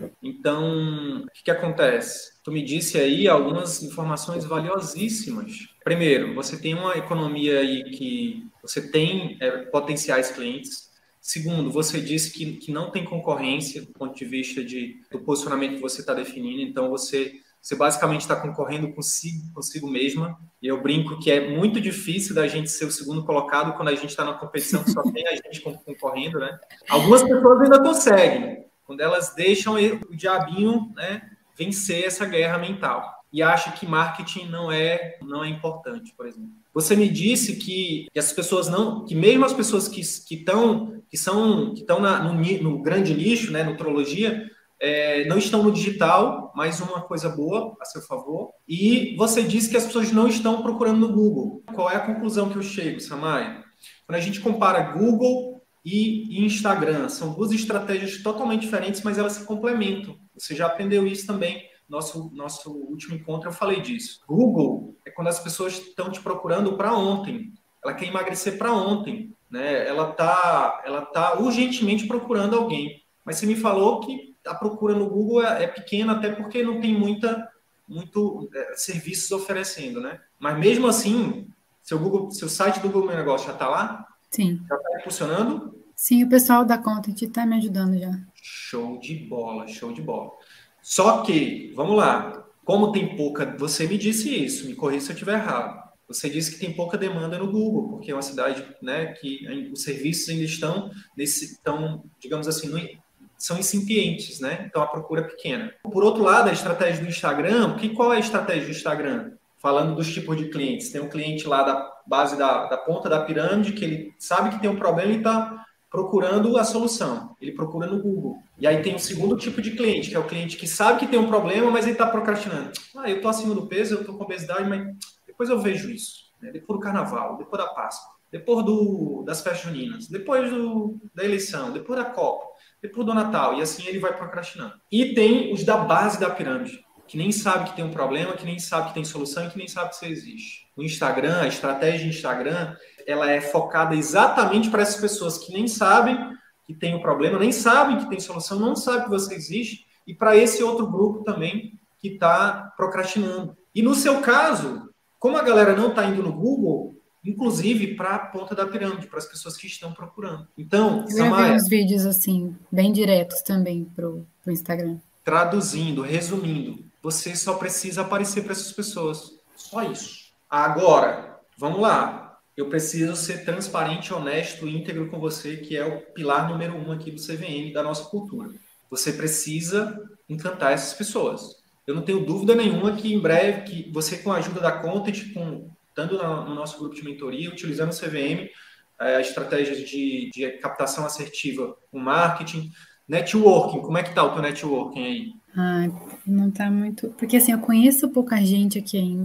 Então, o que, que acontece? Tu me disse aí algumas informações valiosíssimas. Primeiro, você tem uma economia aí que você tem é, potenciais clientes. Segundo, você disse que, que não tem concorrência do ponto de vista de, do posicionamento que você está definindo. Então, você... Você basicamente está concorrendo consigo, consigo mesma. E eu brinco que é muito difícil da gente ser o segundo colocado quando a gente está na competição que só tem a gente concorrendo, né? Algumas pessoas ainda conseguem, quando elas deixam o diabinho, né, vencer essa guerra mental. E acham que marketing não é, não é importante, por exemplo. Você me disse que, que as pessoas não, que mesmo as pessoas que estão que são que estão no, no grande nicho, né, nutrologia, É, não estão no digital, mais uma coisa boa a seu favor. E você disse que as pessoas não estão procurando no Google. Qual é a conclusão que eu chego, Samaya? Quando a gente compara Google e Instagram, são duas estratégias totalmente diferentes, mas elas se complementam. Você já aprendeu isso também. Nosso, nosso último encontro eu falei disso. Google é quando as pessoas estão te procurando para ontem. Ela quer emagrecer para ontem, né? Ela está ela tá urgentemente procurando alguém. Mas você me falou que a procura no Google é, é pequena, até porque não tem muita, muito é, serviços oferecendo, né? Mas mesmo assim, seu, Google, seu site do Google Meu Negócio já está lá? Sim. Já está funcionando? Sim, o pessoal da Content está me ajudando já. Show de bola, show de bola. Só que, vamos lá, como tem pouca... Você me disse isso, me corrija se eu estiver errado. Você disse que tem pouca demanda no Google, porque é uma cidade, né, que os serviços ainda estão, nesse, estão digamos assim, no, são incipientes, né? Então a procura é pequena. Por outro lado, a estratégia do Instagram, que, qual é a estratégia do Instagram? Falando dos tipos de clientes. Tem um cliente lá da base da, da ponta da pirâmide que ele sabe que tem um problema e está procurando a solução. Ele procura no Google. E aí tem um segundo tipo de cliente, que é o cliente que sabe que tem um problema, mas ele está procrastinando. Ah, eu estou acima do peso, eu estou com obesidade, mas depois eu vejo isso. Né? Depois do carnaval, depois da Páscoa, depois do, das festas juninas, depois do, da eleição, depois da Copa, depois do Natal. E assim ele vai procrastinando. E tem os da base da pirâmide, que nem sabe que tem um problema, que nem sabe que tem solução e que nem sabe que isso existe. O Instagram, a estratégia de Instagram, ela é focada exatamente para essas pessoas que nem sabem que tem um problema, nem sabem que tem solução, não sabem que você existe, e para esse outro grupo também que está procrastinando. E no seu caso, como a galera não está indo no Google, inclusive para a ponta da pirâmide, para as pessoas que estão procurando. Então, eu Samaya, uns vídeos assim, bem diretos também para o Instagram. Traduzindo, resumindo, você só precisa aparecer para essas pessoas. Só isso. Agora, vamos lá. Eu preciso ser transparente, honesto e íntegro com você, que é o pilar número um aqui do C V M, da nossa cultura. Você precisa encantar essas pessoas. Eu não tenho dúvida nenhuma que em breve, que você com a ajuda da Content, com, estando no nosso grupo de mentoria, utilizando o C V M, é, estratégias de, de captação assertiva com marketing, networking, como é que tá o teu networking aí? Ah, não tá muito... Porque assim, eu conheço pouca gente aqui ainda.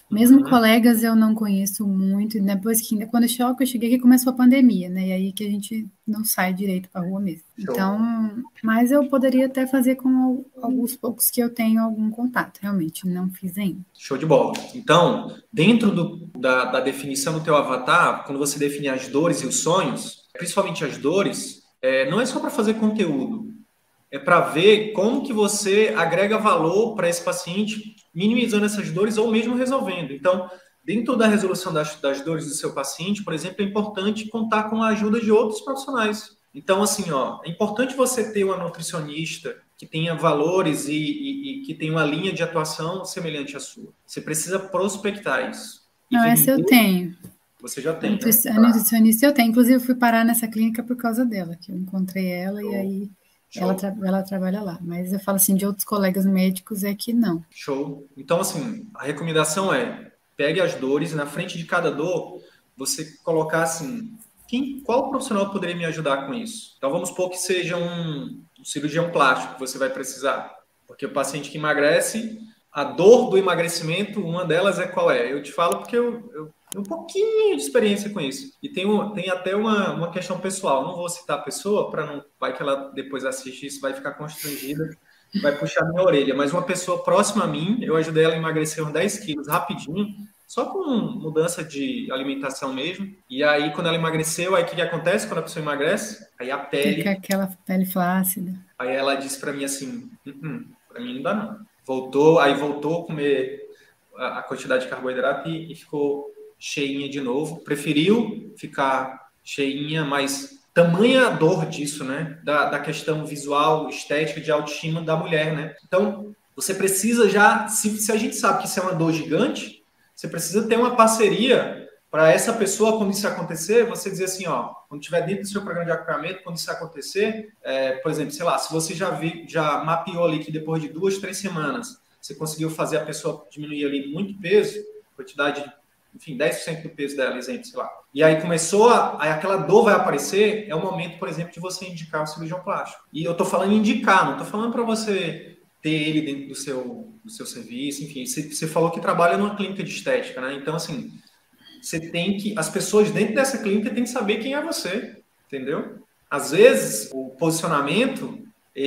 Mesmo Uhum. colegas eu não conheço muito, e depois que, quando eu cheguei, que eu cheguei, que começou a pandemia, né? E aí que a gente não sai direito para rua mesmo. Show. Então, mas eu poderia até fazer com al- alguns poucos que eu tenho algum contato, realmente, não fiz ainda. Show de bola. Então, dentro do, da, da definição do teu avatar, quando você define as dores e os sonhos, principalmente as dores, é, não é só para fazer conteúdo, é para ver como que você agrega valor para esse paciente, minimizando essas dores ou mesmo resolvendo. Então, dentro da resolução das, das dores do seu paciente, por exemplo, é importante contar com a ajuda de outros profissionais. Então, assim, ó, é importante você ter uma nutricionista que tenha valores e, e, e que tenha uma linha de atuação semelhante à sua. Você precisa prospectar isso. E Não, essa eu vender, tenho. você já A tem, né? nutri- a nutricionista eu tenho. Inclusive, eu fui parar nessa clínica por causa dela, que eu encontrei ela e Show. aí ela, Show. tra- ela trabalha lá. Mas eu falo assim, de outros colegas médicos é que não. Show. Então, assim, a recomendação é pegue as dores, na frente de cada dor, você colocar assim, quem, qual profissional poderia me ajudar com isso? Então, vamos supor que seja um, um cirurgião plástico que você vai precisar. Porque o paciente que emagrece, a dor do emagrecimento, uma delas é qual é? Eu te falo porque eu, eu tenho um pouquinho de experiência com isso. E tem, um, tem até uma, uma questão pessoal. Não vou citar a pessoa, para não. Vai que ela depois assiste isso, vai ficar constrangida vai puxar minha orelha, mas uma pessoa próxima a mim, eu ajudei ela a emagrecer uns dez quilos rapidinho, só com mudança de alimentação mesmo. E aí, quando ela emagreceu, aí o que, que acontece quando a pessoa emagrece? Aí a Fica pele, aquela pele flácida. aí ela disse para mim assim, "Uh-uh, para mim não dá não. Voltou, aí voltou a comer a, a quantidade de carboidrato e, e ficou cheinha de novo. Preferiu ficar cheinha, mas tamanha dor disso, né? Da, da questão visual, estética, de autoestima da mulher, né? Então, você precisa já, se, se a gente sabe que isso é uma dor gigante, você precisa ter uma parceria para essa pessoa, quando isso acontecer, você dizer assim, ó, quando estiver dentro do seu programa de acompanhamento, quando isso acontecer, é, por exemplo, sei lá, se você já, vi, já mapeou ali que depois de duas, três semanas, você conseguiu fazer a pessoa diminuir ali muito peso, quantidade de enfim, dez por cento do peso dela, exemplo, sei lá. E aí começou, a, aí aquela dor vai aparecer, é o momento, por exemplo, de você indicar o cirurgião plástico. E eu tô falando em indicar, não tô falando para você ter ele dentro do seu, do seu serviço, enfim, você, você falou que trabalha numa clínica de estética, né? Então, assim, você tem que, as pessoas dentro dessa clínica têm que saber quem é você, entendeu? Às vezes, o posicionamento,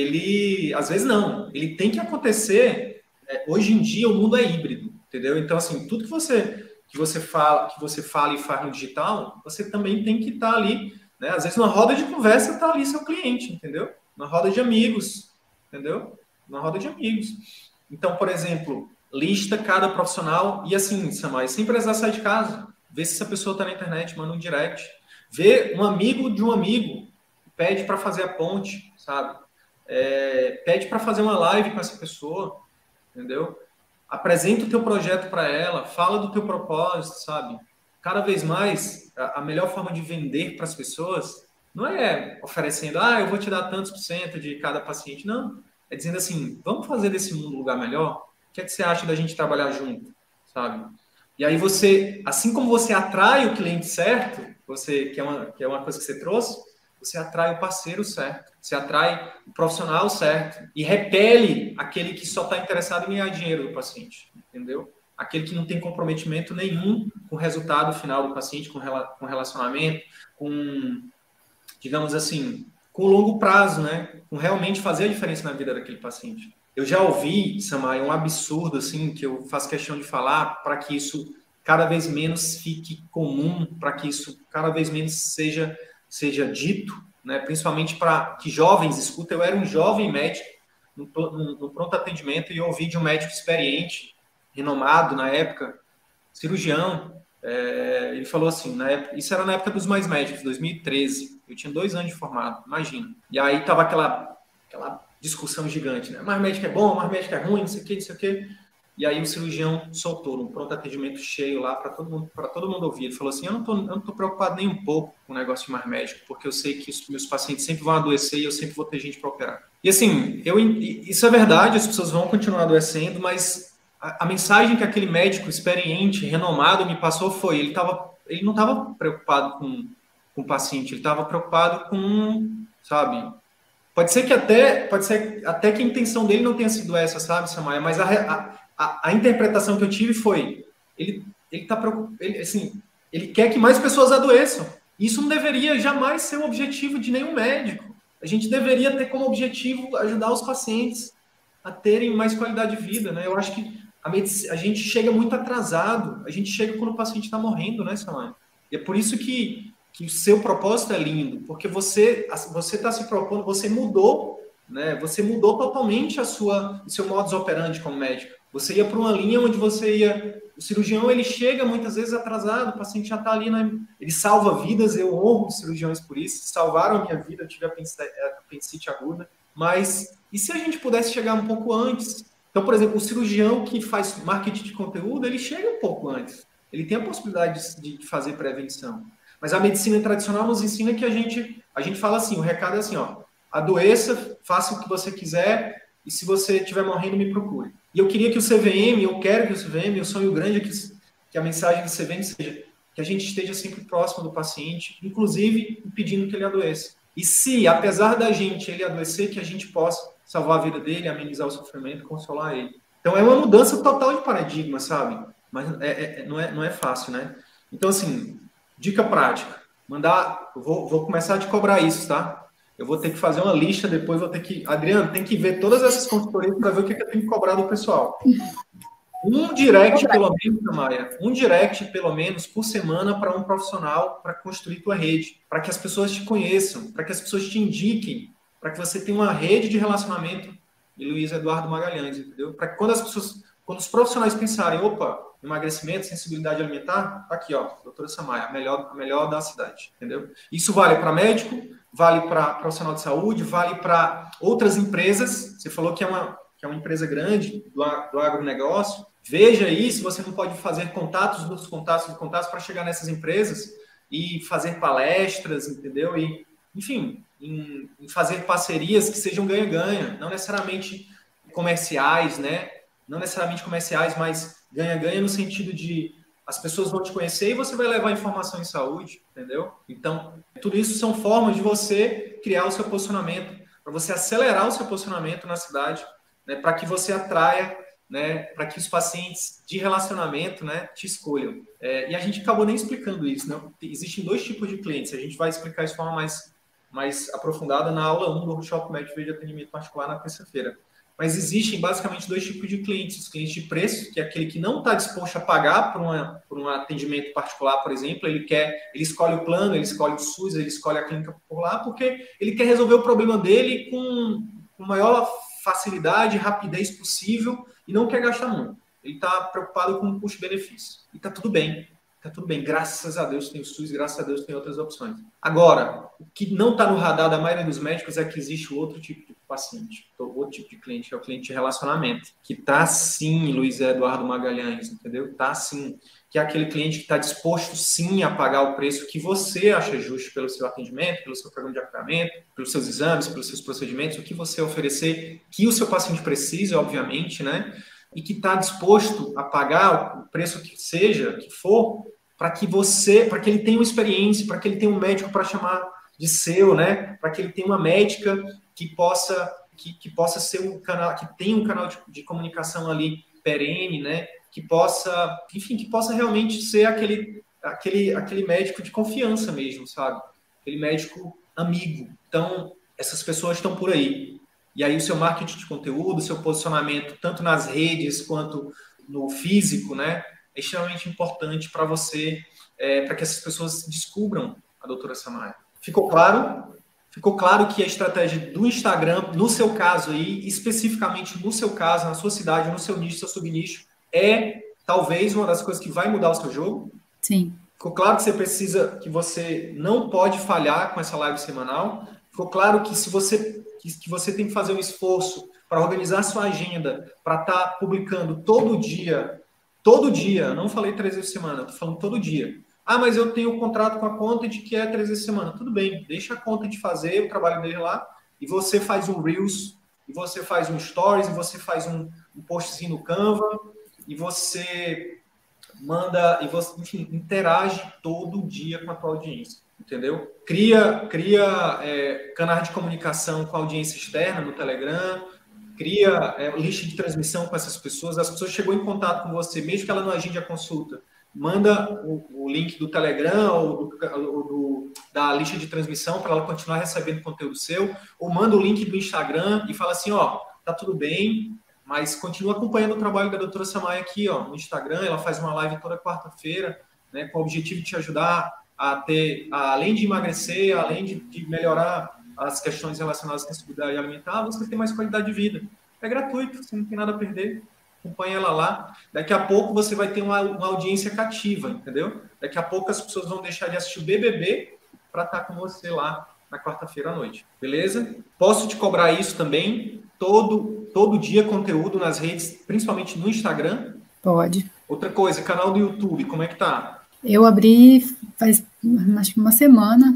ele, às vezes não, ele tem que acontecer, é, hoje em dia o mundo é híbrido, entendeu? Então, assim, tudo que você que você fala, que você fala e faz no digital, você também tem que estar ali, né? Às vezes, numa roda de conversa, está ali seu cliente, entendeu? Na roda de amigos, entendeu? Na roda de amigos. Então, por exemplo, lista cada profissional e assim, Samai, sem precisar sair de casa. Vê se essa pessoa está na internet, manda um direct. Vê um amigo de um amigo, pede para fazer a ponte, sabe? É, pede para fazer uma live com essa pessoa, entendeu? Apresenta o teu projeto para ela, fala do teu propósito, sabe? Cada vez mais, a, a melhor forma de vender para as pessoas não é oferecendo, ah, eu vou te dar tantos por cento de cada paciente, não. É dizendo assim, vamos fazer desse mundo um lugar melhor? O que é que você acha da gente trabalhar junto, sabe? E aí você, assim como você atrai o cliente certo, você que é uma, que é uma coisa que você trouxe, você atrai o parceiro certo, você atrai o profissional certo e repele aquele que só está interessado em ganhar dinheiro do paciente, entendeu? Aquele que não tem comprometimento nenhum com o resultado final do paciente, com com relacionamento, com, digamos assim, com longo prazo, né? Com realmente fazer a diferença na vida daquele paciente. Eu já ouvi, Samay, um absurdo, assim, que eu faço questão de falar para que isso cada vez menos fique comum, para que isso cada vez menos seja, seja dito, né? Principalmente para que jovens escutem. Eu era um jovem médico no, no, no pronto atendimento e eu ouvi de um médico experiente, renomado na época, cirurgião. É, ele falou assim, na época, isso era na época dos Mais Médicos, dois mil e treze. Eu tinha dois anos de formado, imagina. E aí tava aquela, aquela discussão gigante, né? Mais médico é bom, mais médico é ruim, não sei o que, não sei o que. E aí o cirurgião soltou um pronto atendimento cheio lá para todo mundo, para todo mundo ouvir. Ele falou assim: eu não tô, eu não tô preocupado nem um pouco com o negócio de mais médico, porque eu sei que os meus pacientes sempre vão adoecer e eu sempre vou ter gente para operar. E assim, eu, isso é verdade, as pessoas vão continuar adoecendo, mas a, a mensagem que aquele médico experiente, renomado, me passou foi: ele, tava, ele não estava preocupado com, com o paciente, ele estava preocupado com, sabe? Pode ser que até, pode ser até que a intenção dele não tenha sido essa, sabe, Samaya? Mas a, a, a, a interpretação que eu tive foi: ele, ele tá preocupado, ele, assim, ele quer que mais pessoas adoeçam. Isso não deveria jamais ser o objetivo de nenhum médico. A gente deveria ter como objetivo ajudar os pacientes a terem mais qualidade de vida, né? Eu acho que a, medicina, a gente chega muito atrasado, a gente chega quando o paciente está morrendo, né, Samara? E é por isso que, que o seu propósito é lindo, porque você você está se propondo, você mudou, né? Você mudou totalmente a sua, o seu modus operandi como médico. Você ia para uma linha onde você ia... O cirurgião, ele chega muitas vezes atrasado, o paciente já está ali, né? Ele salva vidas, eu honro os cirurgiões por isso, salvaram a minha vida, eu tive apendicite aguda, mas e se a gente pudesse chegar um pouco antes? Então, por exemplo, o cirurgião que faz marketing de conteúdo, ele chega um pouco antes, ele tem a possibilidade de fazer prevenção, mas a medicina tradicional nos ensina que a gente, a gente fala assim, o recado é assim, ó, adoeça, faça o que você quiser, e se você estiver morrendo, me procure. E eu queria que o C V M, eu quero que o C V M, o sonho grande é que, que a mensagem do C V M seja que a gente esteja sempre próximo do paciente, inclusive impedindo que ele adoeça. E se, apesar da gente ele adoecer, que a gente possa salvar a vida dele, amenizar o sofrimento, consolar ele. Então é uma mudança total de paradigma, sabe? Mas é, é, não, é, não é fácil, né? Então, assim, dica prática. Mandar, eu vou, vou começar a te cobrar isso, tá? Eu vou ter que fazer uma lista, depois vou ter que... Adriano, tem que ver todas essas consultorias para ver o que, que eu tenho que cobrar do pessoal. Um direct, pelo menos, Maia, um direct, pelo menos, por semana para um profissional para construir tua rede, para que as pessoas te conheçam, para que as pessoas te indiquem, para que você tenha uma rede de relacionamento de Luiz Eduardo Magalhães, entendeu? Para que quando as pessoas, quando os profissionais pensarem, opa, emagrecimento, sensibilidade alimentar, tá aqui, ó, doutora Samaya, a melhor, a melhor da cidade, entendeu? Isso vale para médico, vale para profissional de saúde, vale para outras empresas. Você falou que é uma, que é uma empresa grande do, do agronegócio. Veja aí se você não pode fazer contatos dos contatos dos contatos para chegar nessas empresas e fazer palestras, entendeu? E, enfim, em, em fazer parcerias que sejam ganha-ganha, não necessariamente comerciais, né? Não necessariamente comerciais, mas ganha-ganha no sentido de as pessoas vão te conhecer e você vai levar informação em saúde, entendeu? Então, tudo isso são formas de você criar o seu posicionamento, para você acelerar o seu posicionamento na cidade, né, para que você atraia, né, para que os pacientes de relacionamento, né, te escolham. É, e a gente acabou nem explicando isso, né? Existem dois tipos de clientes, a gente vai explicar isso de forma mais, mais aprofundada na aula um do workshop médico de atendimento particular na terça-feira. Mas existem basicamente dois tipos de clientes. Os clientes de preço, que é aquele que não está disposto a pagar por, uma, por um atendimento particular, por exemplo. Ele quer, ele escolhe o plano, ele escolhe o SUS, ele escolhe a clínica popular, porque ele quer resolver o problema dele com, com maior facilidade e rapidez possível e não quer gastar muito. Ele está preocupado com o custo-benefício. E está tudo bem. Está tudo bem. Graças a Deus tem o SUS, graças a Deus tem outras opções. Agora, o que não está no radar da maioria dos médicos é que existe outro tipo de paciente, outro tipo de cliente, que é o cliente de relacionamento, que está sim, Luiz Eduardo Magalhães, entendeu? Está sim, que é aquele cliente que está disposto sim a pagar o preço que você acha justo pelo seu atendimento, pelo seu programa de acompanhamento, pelos seus exames, pelos seus procedimentos, o que você oferecer, que o seu paciente precise, obviamente, né? E que está disposto a pagar o preço que seja, que for, para que você, para que ele tenha uma experiência, para que ele tenha um médico para chamar de seu, né? Para que ele tenha uma médica que possa, que, que possa ser um canal, que tenha um canal de, de comunicação ali perene, né? Que possa, enfim, que possa realmente ser aquele, aquele, aquele médico de confiança mesmo, sabe? Aquele médico amigo. Então, essas pessoas estão por aí. E aí o seu marketing de conteúdo, o seu posicionamento, tanto nas redes quanto no físico, né? É extremamente importante para você, é, para que essas pessoas descubram a doutora Samaya. Ficou claro? Ficou claro que a estratégia do Instagram, no seu caso aí, especificamente no seu caso, na sua cidade, no seu nicho, seu subnicho, é talvez uma das coisas que vai mudar o seu jogo? Sim. Ficou claro que você precisa, que você não pode falhar com essa live semanal? Ficou claro que se você, que, que você tem que fazer um esforço para organizar sua agenda, para estar tá publicando todo dia, todo dia, não falei três vezes por semana, estou falando todo dia. Ah, mas eu tenho um contrato com a Content que é três vezes por semana. Tudo bem, deixa a Content fazer o trabalho dele lá e você faz um Reels, e você faz um Stories, e você faz um, um postzinho no Canva, e você manda, e você, enfim, interage todo dia com a tua audiência, entendeu? Cria, cria é, canais de comunicação com a audiência externa no Telegram, cria é, lista de transmissão com essas pessoas, as pessoas chegou em contato com você, mesmo que ela não agende a consulta, manda o, o link do Telegram ou, do, ou do, da lista de transmissão para ela continuar recebendo conteúdo seu, ou manda o link do Instagram e fala assim, ó, tá tudo bem, mas continua acompanhando o trabalho da doutora Samaya aqui, ó, no Instagram, ela faz uma live toda quarta-feira, né, com o objetivo de te ajudar a ter, a, além de emagrecer, além de, de melhorar as questões relacionadas à sensibilidade alimentar, você tem mais qualidade de vida. É gratuito, você não tem nada a perder. Acompanha ela lá. Daqui a pouco você vai ter uma, uma audiência cativa, entendeu? Daqui a pouco as pessoas vão deixar de assistir o B B B para estar com você lá na quarta-feira à noite. Beleza? Posso te cobrar isso também? Todo, todo dia conteúdo nas redes, principalmente no Instagram? Pode. Outra coisa, canal do YouTube, como é que tá? Eu abri faz acho que uma semana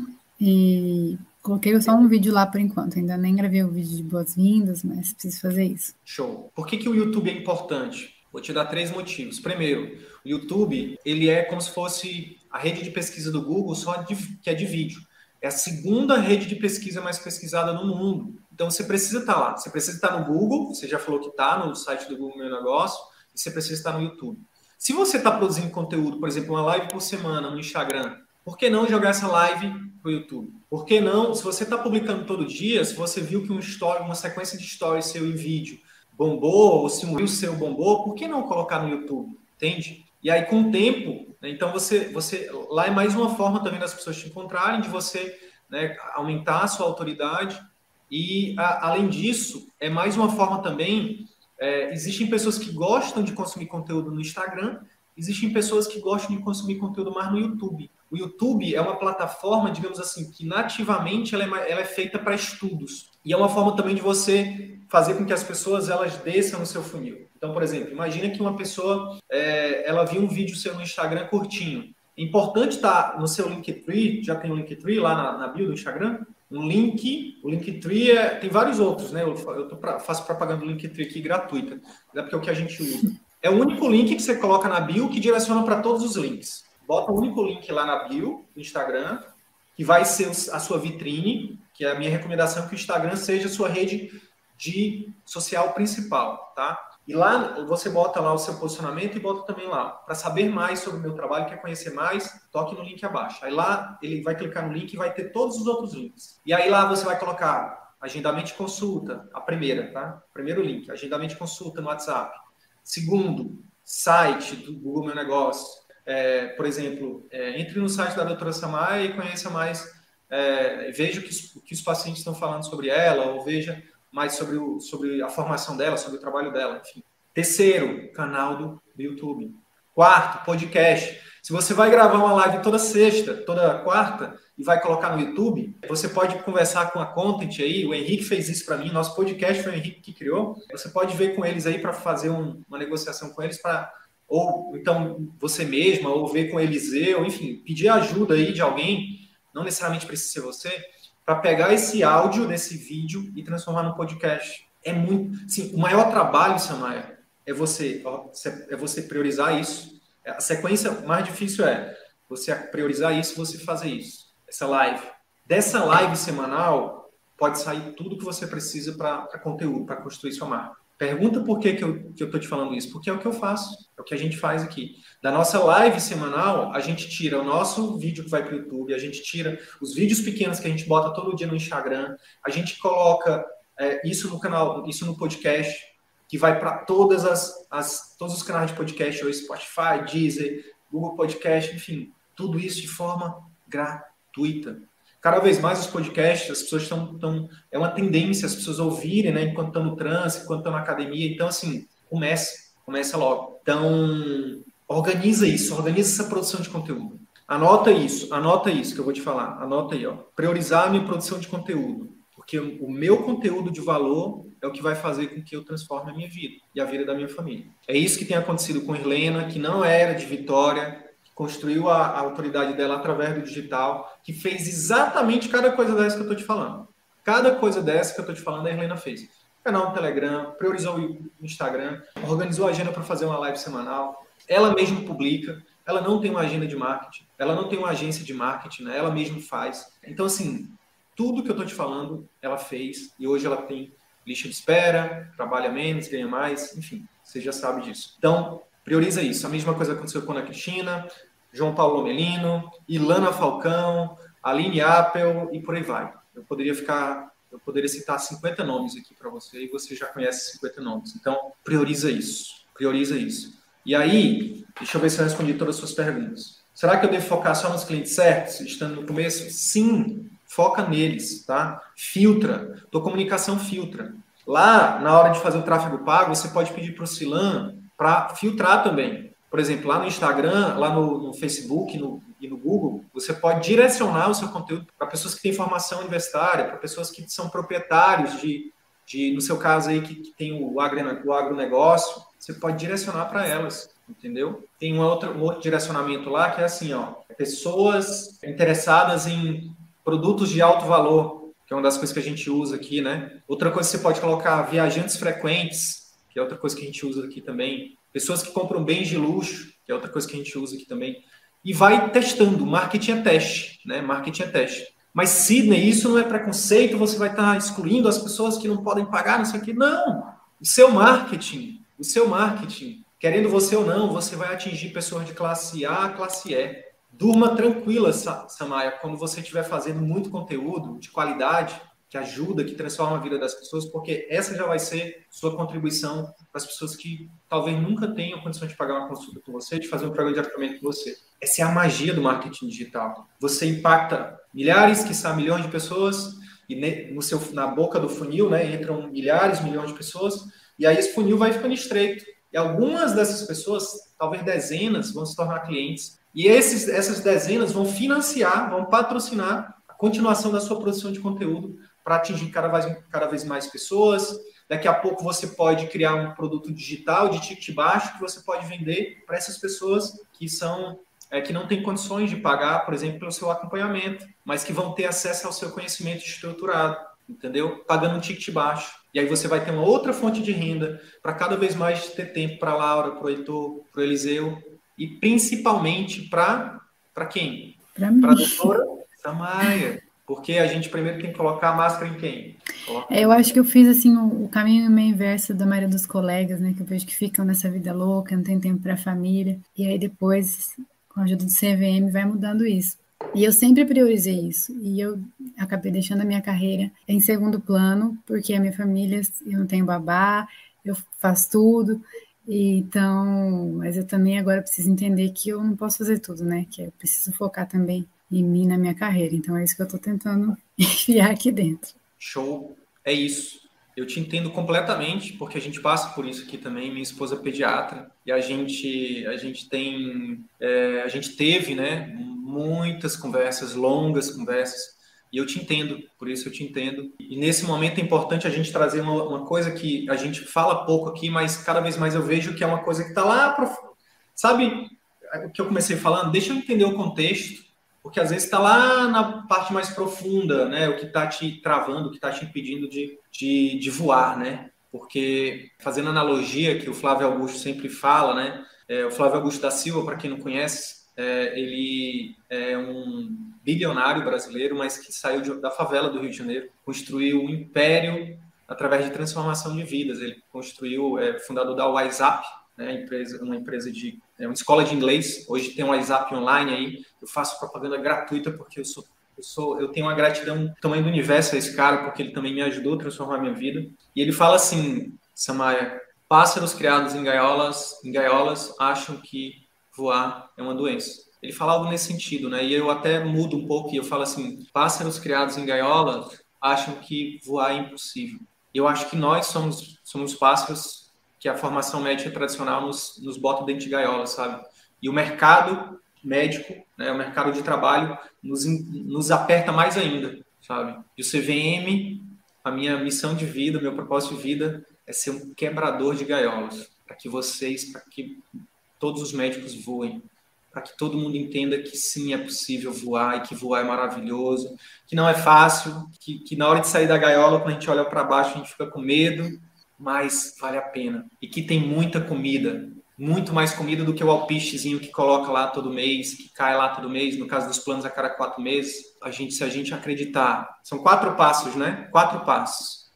e coloquei só um vídeo lá por enquanto. Ainda nem gravei o vídeo de boas-vindas, mas preciso fazer isso. Show. Por que que o YouTube é importante? Vou te dar três motivos. Primeiro, o YouTube, ele é como se fosse a rede de pesquisa do Google, só de, que é de vídeo. É a segunda rede de pesquisa mais pesquisada no mundo. Então, você precisa estar lá. Você precisa estar no Google, você já falou que está no site do Google Meu Negócio, e você precisa estar no YouTube. Se você está produzindo conteúdo, por exemplo, uma live por semana no Instagram, por que não jogar essa live para o YouTube? Por que não, se você está publicando todo dia, se você viu que um story, uma sequência de stories seu em vídeo bombou, ou se um reel seu bombou, por que não colocar no YouTube? Entende? E aí, com o tempo, né, então você, você... Lá é mais uma forma também das pessoas te encontrarem, de você, né, aumentar a sua autoridade. E, a, além disso, é mais uma forma também... É, existem pessoas que gostam de consumir conteúdo no Instagram, existem pessoas que gostam de consumir conteúdo mais no YouTube. O YouTube é uma plataforma, digamos assim, que nativamente ela é, ela é feita para estudos. E é uma forma também de você fazer com que as pessoas elas desçam no seu funil. Então, por exemplo, imagina que uma pessoa é, ela viu um vídeo seu no Instagram curtinho. É importante estar no seu Linktree, já tem o Linktree lá na, na bio do Instagram, um link, o Linktree é, tem vários outros, né? Eu, eu tô pra, faço propaganda do Linktree aqui gratuita, é porque é o que a gente usa. É o único link que você coloca na bio que direciona para todos os links. Bota o único link lá na bio do Instagram, que vai ser a sua vitrine, que é a minha recomendação que o Instagram seja a sua rede de social principal, tá? E lá você bota lá o seu posicionamento e bota também lá. Para saber mais sobre o meu trabalho, quer conhecer mais, toque no link abaixo. Aí lá ele vai clicar no link e vai ter todos os outros links. E aí lá você vai colocar agendamento de consulta, a primeira, tá? Primeiro link, agendamento de consulta no WhatsApp. Segundo, site do Google Meu Negócio. É, por exemplo, é, entre no site da doutora Samaya e conheça mais, é, veja o que, os, o que os pacientes estão falando sobre ela, ou veja mais sobre, o, sobre a formação dela, sobre o trabalho dela, enfim. Terceiro, canal do, do YouTube. Quarto, podcast. Se você vai gravar uma live toda sexta, toda quarta, e vai colocar no YouTube, você pode conversar com a Content aí, o Henrique fez isso para mim, nosso podcast foi o Henrique que criou, você pode ver com eles aí para fazer um, uma negociação com eles, para ou então você mesma, ou ver com o Eliseu, enfim, pedir ajuda aí de alguém, não necessariamente precisa ser você, para pegar esse áudio desse vídeo e transformar num podcast. É muito... Sim, o maior trabalho, Samaya, é você, ó, é você priorizar isso. A sequência mais difícil é você priorizar isso, você fazer isso. Essa live. Dessa live semanal, pode sair tudo que você precisa para conteúdo, para construir sua marca. Pergunta por que, que eu que eu tô te falando isso. Porque é o que eu faço. É o que a gente faz aqui. Da nossa live semanal, a gente tira o nosso vídeo que vai para o YouTube, a gente tira os vídeos pequenos que a gente bota todo dia no Instagram, a gente coloca é, isso no canal, isso no podcast, que vai para todas as, as todos os canais de podcast, hoje Spotify, Deezer, Google Podcast, enfim, tudo isso de forma gratuita. Cada vez mais os podcasts, as pessoas estão... estão é uma tendência as pessoas ouvirem, né, enquanto estão no trânsito, enquanto estão na academia. Então, assim, comece, comece logo. Então, organiza isso, organiza essa produção de conteúdo. Anota isso, anota isso que eu vou te falar. Anota aí, ó. Priorizar a minha produção de conteúdo. Porque o meu conteúdo de valor é o que vai fazer com que eu transforme a minha vida e a vida da minha família. É isso que tem acontecido com Irlena, que não era de Vitória, construiu a, a autoridade dela através do digital, que fez exatamente cada coisa dessa que eu estou te falando. Cada coisa dessa que eu estou te falando, a Irlena fez. Canal no Telegram, priorizou o Instagram, organizou a agenda para fazer uma live semanal, ela mesma publica, ela não tem uma agenda de marketing, ela não tem uma agência de marketing, né? Ela mesma faz. Então, assim, tudo que eu estou te falando, ela fez, e hoje ela tem lista de espera, trabalha menos, ganha mais, enfim, você já sabe disso. Então, prioriza isso. A mesma coisa aconteceu com a Ana Cristina, João Paulo Melino, Ilana Falcão, Aline Appel e por aí vai. Eu poderia ficar, eu poderia citar cinquenta nomes aqui para você e você já conhece cinquenta nomes. Então, prioriza isso, prioriza isso. E aí, deixa eu ver se eu respondi todas as suas perguntas. Será que eu devo focar só nos clientes certos, estando no começo? Sim, foca neles, tá? Filtra, tua comunicação filtra. Lá, na hora de fazer o tráfego pago, você pode pedir para o Cilan para filtrar também. Por exemplo, lá no Instagram, lá no, no Facebook no, e no Google, você pode direcionar o seu conteúdo para pessoas que têm formação universitária, para pessoas que são proprietários de, de no seu caso aí, que, que tem o, agro, o agronegócio, você pode direcionar para elas, entendeu? Tem um outro, um outro direcionamento lá que é assim, ó, pessoas interessadas em produtos de alto valor, que é uma das coisas que a gente usa aqui, né? Outra coisa que você pode colocar, viajantes frequentes, que é outra coisa que a gente usa aqui também. Pessoas que compram bens de luxo, que é outra coisa que a gente usa aqui também. E vai testando. Marketing é teste, né? Marketing é teste. Mas, Sidney, isso não é preconceito, você vai estar excluindo as pessoas que não podem pagar, não sei o quê. Não! O seu marketing, o seu marketing, querendo você ou não, você vai atingir pessoas de classe A a classe E. Durma tranquila, Samaya, quando você estiver fazendo muito conteúdo de qualidade, que ajuda, que transforma a vida das pessoas, porque essa já vai ser sua contribuição para as pessoas que talvez nunca tenham condição de pagar uma consulta com você, de fazer um programa de atendimento com você. Essa é a magia do marketing digital. Você impacta milhares, quiçá milhões de pessoas, e no seu, na boca do funil, né, entram milhares, milhões de pessoas, e aí esse funil vai ficando estreito. E algumas dessas pessoas, talvez dezenas, vão se tornar clientes. E esses, essas dezenas vão financiar, vão patrocinar a continuação da sua produção de conteúdo para atingir cada vez, cada vez mais pessoas. Daqui a pouco você pode criar um produto digital de ticket baixo que você pode vender para essas pessoas que são é, que não têm condições de pagar, por exemplo, pelo seu acompanhamento, mas que vão ter acesso ao seu conhecimento estruturado, entendeu? Pagando um ticket baixo. E aí você vai ter uma outra fonte de renda para cada vez mais ter tempo para a Laura, para o Heitor, para o Eliseu e principalmente para para quem? Para a doutora Samaya. Porque a gente primeiro tem que colocar a máscara em quem? É, eu acho que eu fiz assim o, o caminho meio inverso da maioria dos colegas, né? Que eu vejo que ficam nessa vida louca, não tem tempo para a família. E aí depois, com a ajuda do C V M, vai mudando isso. E eu sempre priorizei isso. E eu acabei deixando a minha carreira em segundo plano, porque a minha família, eu não tenho babá, eu faço tudo. E, então, mas eu também agora preciso entender que eu não posso fazer tudo, né? Que eu preciso focar também em mim, na minha carreira. Então, é isso que eu estou tentando enfiar aqui dentro. Show. É isso. Eu te entendo completamente, porque a gente passa por isso aqui também. Minha esposa é pediatra e a gente, a gente tem, é, a gente teve, né, muitas conversas, longas conversas, e eu te entendo, por isso eu te entendo. E nesse momento é importante a gente trazer uma, uma coisa que a gente fala pouco aqui, mas cada vez mais eu vejo que é uma coisa que está lá, prof... sabe o que eu comecei falando? Deixa eu entender o contexto, porque às vezes está lá na parte mais profunda, né? O que está te travando, o que está te impedindo de, de, de voar, né? Porque, fazendo analogia que o Flávio Augusto sempre fala, né? É, o Flávio Augusto da Silva, para quem não conhece, é, ele é um bilionário brasileiro, mas que saiu de, da favela do Rio de Janeiro, construiu um império através de transformação de vidas. Ele construiu, é fundador da WhatsApp, né, empresa, uma empresa de é uma escola de inglês. Hoje tem um WhatsApp online aí. Eu faço propaganda gratuita porque eu sou, eu sou, eu tenho uma gratidão do tamanho do universo a esse cara, porque ele também me ajudou a transformar a minha vida. E ele fala assim, Samaya, pássaros criados em gaiolas, em gaiolas acham que voar é uma doença. Ele fala algo nesse sentido, né? E eu até mudo um pouco e eu falo assim, pássaros criados em gaiolas acham que voar é impossível. Eu acho que nós somos, somos pássaros que a formação médica tradicional nos, nos bota dentro de gaiola, sabe? E o mercado médico, né, o mercado de trabalho, nos, nos aperta mais ainda, sabe? E o C V M, a minha missão de vida, meu propósito de vida é ser um quebrador de gaiolas, para que vocês, para que todos os médicos voem, para que todo mundo entenda que sim, é possível voar e que voar é maravilhoso, que não é fácil, que, que na hora de sair da gaiola, quando a gente olha para baixo, a gente fica com medo, mas vale a pena. E que tem muita comida, muito mais comida do que o alpistezinho que coloca lá todo mês, que cai lá todo mês, no caso dos planos a cada quatro meses. A gente, se a gente acreditar, são quatro passos, né? Quatro passos.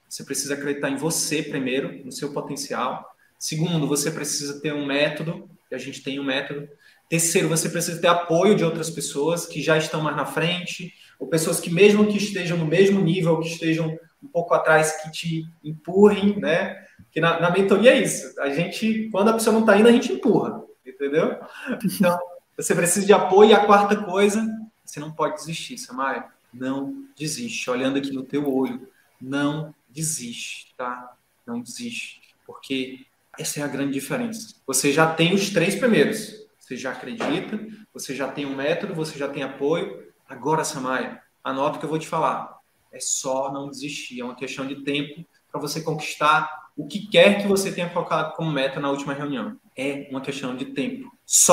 Você precisa acreditar em você primeiro, no seu potencial. Segundo, você precisa ter um método, e a gente tem um método. Terceiro, você precisa ter apoio de outras pessoas que já estão mais na frente, ou pessoas que mesmo que estejam no mesmo nível, que estejam um pouco atrás, que te empurrem, né? Que na, na mentoria é isso. A gente, quando a pessoa não está indo, a gente empurra, entendeu? Então, você precisa de apoio. E a quarta coisa, você não pode desistir, Samaya. Não desiste. Olhando aqui no teu olho, não desiste, tá? Não desiste. Porque essa é a grande diferença. Você já tem os três primeiros. Você já acredita, você já tem um método, você já tem apoio. Agora, Samaya, anota o que eu vou te falar. É só não desistir. É uma questão de tempo para você conquistar o que quer que você tenha colocado como meta na última reunião. É uma questão de tempo.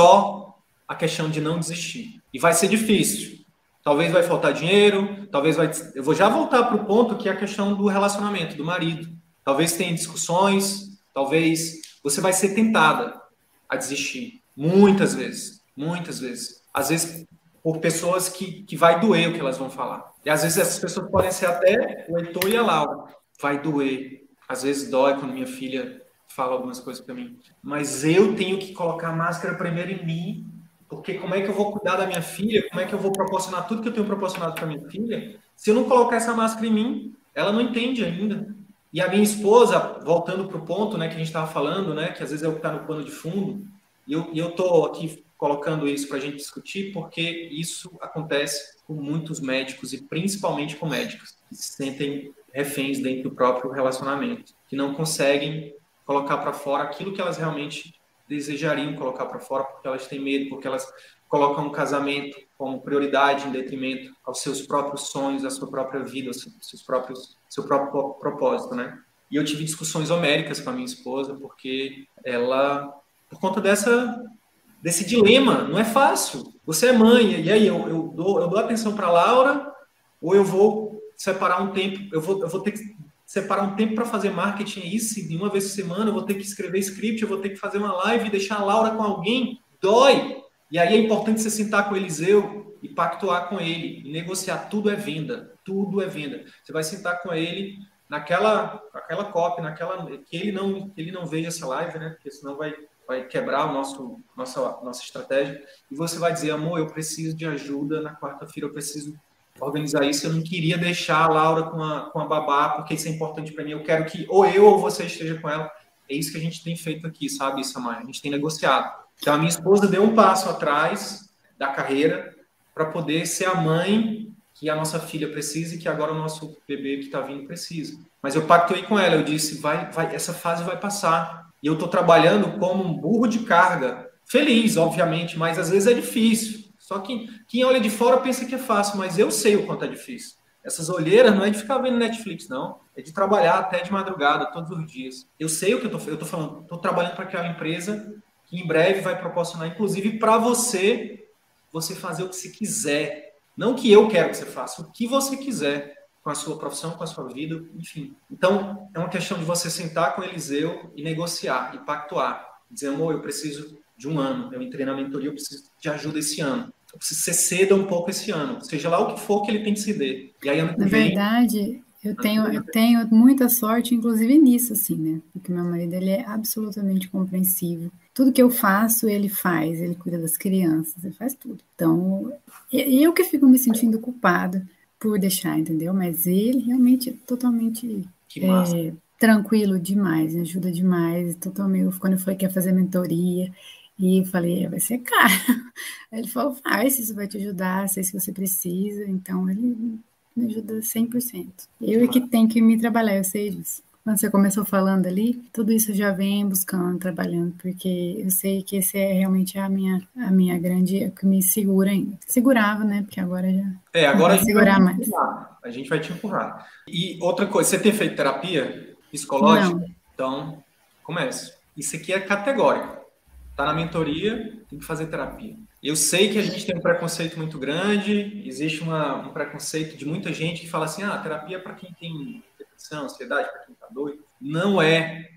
Só a questão de não desistir. E vai ser difícil. Talvez vai faltar dinheiro, talvez vai... Eu vou já voltar para o ponto que é a questão do relacionamento, do marido. Talvez tenha discussões, talvez você vai ser tentada a desistir. Muitas vezes. Muitas vezes. Às vezes por pessoas que, que vai doer o que elas vão falar. E às vezes essas pessoas podem ser até o Heitor e a Laura. Vai doer. Às vezes dói quando minha filha fala algumas coisas para mim. Mas eu tenho que colocar a máscara primeiro em mim, porque como é que eu vou cuidar da minha filha? Como é que eu vou proporcionar tudo que eu tenho proporcionado para minha filha? Se eu não colocar essa máscara em mim, ela não entende ainda. E a minha esposa, voltando para o ponto, né, que a gente estava falando, né, que às vezes é o que está no pano de fundo, e eu e eu estou aqui colocando isso para a gente discutir, porque isso acontece com muitos médicos, e principalmente com médicos, que se sentem reféns dentro do próprio relacionamento, que não conseguem colocar para fora aquilo que elas realmente desejariam colocar para fora, porque elas têm medo, porque elas colocam o casamento como prioridade em detrimento aos seus próprios sonhos, à sua própria vida, aos seus próprios, seu próprio propósito, né? E eu tive discussões homéricas com a minha esposa, porque ela, por conta dessa, desse dilema, não é fácil. Você é mãe, e aí eu, eu, dou, eu dou atenção para a Laura, ou eu vou separar um tempo, eu vou, eu vou ter que separar um tempo para fazer marketing isso, de uma vez por semana, eu vou ter que escrever script, eu vou ter que fazer uma live e deixar a Laura com alguém, dói. E aí é importante você sentar com o Eliseu e pactuar com ele, e negociar. Tudo é venda, tudo é venda. Você vai sentar com ele naquela, naquela copy, naquela, que ele não, que ele não veja essa live, né? Porque senão vai, vai quebrar o nosso, nossa, nossa estratégia. E você vai dizer, amor, eu preciso de ajuda na quarta-feira, eu preciso organizar isso, eu não queria deixar a Laura com a, com a babá, porque isso é importante para mim, eu quero que ou eu ou você esteja com ela. É isso que a gente tem feito aqui, sabe, Samaya? A gente tem negociado. Então, a minha esposa deu um passo atrás da carreira para poder ser a mãe que a nossa filha precisa e que agora o nosso bebê que está vindo precisa. Mas eu pactuei com ela, eu disse, vai, vai, essa fase vai passar. E eu estou trabalhando como um burro de carga. Feliz, obviamente, mas às vezes é difícil. Só que quem olha de fora pensa que é fácil, mas eu sei o quanto é difícil. Essas olheiras não é de ficar vendo Netflix, não. É de trabalhar até de madrugada, todos os dias. Eu sei o que eu estou falando. Estou trabalhando para aquela empresa que em breve vai proporcionar, inclusive, para você, você fazer o que você quiser. Não o que eu quero que você faça, o que você quiser com a sua profissão, com a sua vida, enfim. Então, é uma questão de você sentar com o Eliseu e negociar, e pactuar. Dizer, amor, eu preciso de um ano. Eu entrei na mentoria, eu preciso de ajuda esse ano. Eu preciso que você ceda um pouco esse ano. Seja lá o que for que ele tem que ceder. E aí, ano que Na vem... verdade, eu tenho, eu tenho muita sorte, inclusive nisso, assim, né? Porque meu marido, ele é absolutamente compreensivo. Tudo que eu faço, ele faz. Ele cuida das crianças, ele faz tudo. Então, eu que fico me sentindo culpada por deixar, entendeu? Mas ele realmente é totalmente é, tranquilo demais, me ajuda demais. Totalmente, quando eu falei que ia fazer mentoria, e eu falei, vai ser caro. Aí ele falou, faz, se isso vai te ajudar, sei se você precisa. Então, ele me ajuda cem por cento. Eu é que tenho que me trabalhar, eu sei disso. Quando você começou falando ali, tudo isso eu já venho buscando, trabalhando, porque eu sei que esse é realmente a minha, a minha grande, é o que me segura ainda. Segurava, né? Porque agora já é, agora não vai segurar mais. Empurrar. A gente vai te empurrar. E outra coisa, você tem feito terapia psicológica? Não. Então, comece. Isso aqui é categórico. Tá na mentoria, tem que fazer terapia. Eu sei que a gente tem um preconceito muito grande, existe uma, um preconceito de muita gente que fala assim, ah, terapia é para quem tem depressão, ansiedade, para quem tá doido. Não é,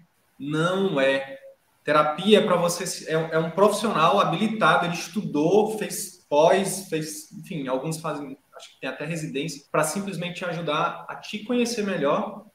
não é. Terapia é para você, é, é um profissional habilitado, ele estudou, fez pós, fez, enfim, alguns fazem, acho que tem até residência, para simplesmente te ajudar a te conhecer melhor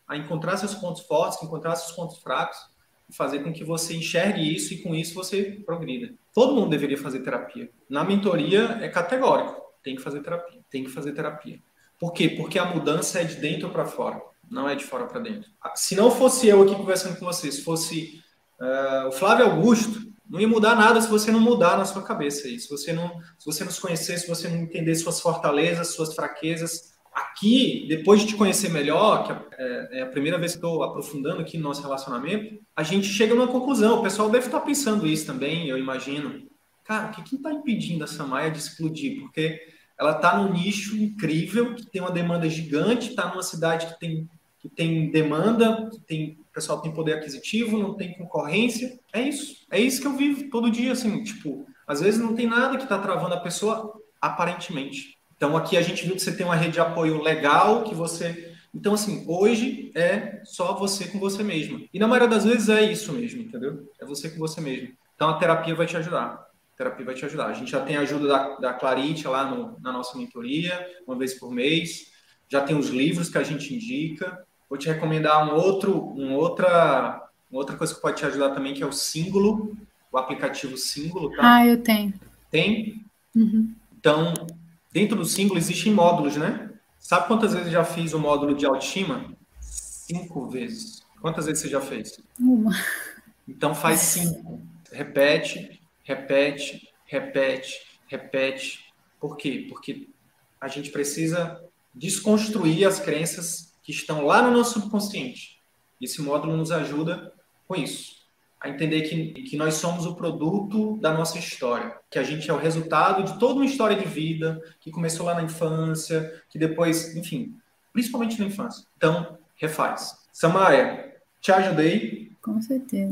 a encontrar seus pontos fortes, encontrar seus pontos fracos, e fazer com que você enxergue isso e com isso você progrida. Todo mundo deveria fazer terapia. Na mentoria é categórico, tem que fazer terapia, tem que fazer terapia. Por quê? Porque a mudança é de dentro para fora, não é de fora para dentro. Se não fosse eu aqui conversando com você, se fosse uh, o Flávio Augusto, não ia mudar nada se você não mudar na sua cabeça. E se você não, se você não se conhecer, se você não entender suas fortalezas, suas fraquezas. Aqui, depois de te conhecer melhor, que é, é a primeira vez que estou aprofundando aqui no nosso relacionamento, a gente chega numa conclusão. O pessoal deve estar pensando isso também, eu imagino. Cara, o que está impedindo a Samaia de explodir? Porque ela está num nicho incrível, que tem uma demanda gigante, está numa cidade que tem, que tem demanda, que tem, o pessoal tem poder aquisitivo, não tem concorrência. É isso. É isso que eu vivo todo dia, assim, tipo, às vezes não tem nada que está travando a pessoa, aparentemente. Então, aqui a gente viu que você tem uma rede de apoio legal, que você... Então, assim, hoje é só você com você mesmo. E na maioria das vezes é isso mesmo, entendeu? É você com você mesmo. Então, a terapia vai te ajudar. A terapia vai te ajudar. A gente já tem a ajuda da, da Clarite lá no, na nossa mentoria, uma vez por mês. Já tem os livros que a gente indica. Vou te recomendar um outro, um outra, uma outra coisa que pode te ajudar também, que é o Símbolo, o aplicativo Símbolo, tá? Ah, eu tenho. Tem? Uhum. Então... Dentro do Símbolo existem módulos, né? Sabe quantas vezes eu já fiz o módulo de autoestima? Cinco vezes. Quantas vezes você já fez? Uma. Então faz cinco. Repete, repete, repete, repete. Por quê? Porque a gente precisa desconstruir as crenças que estão lá no nosso subconsciente. Esse módulo nos ajuda com isso. A entender que, que nós somos o produto da nossa história, que a gente é o resultado de toda uma história de vida, que começou lá na infância, que depois, enfim, principalmente na infância. Então, refaz. Samaia, te ajudei. Com certeza.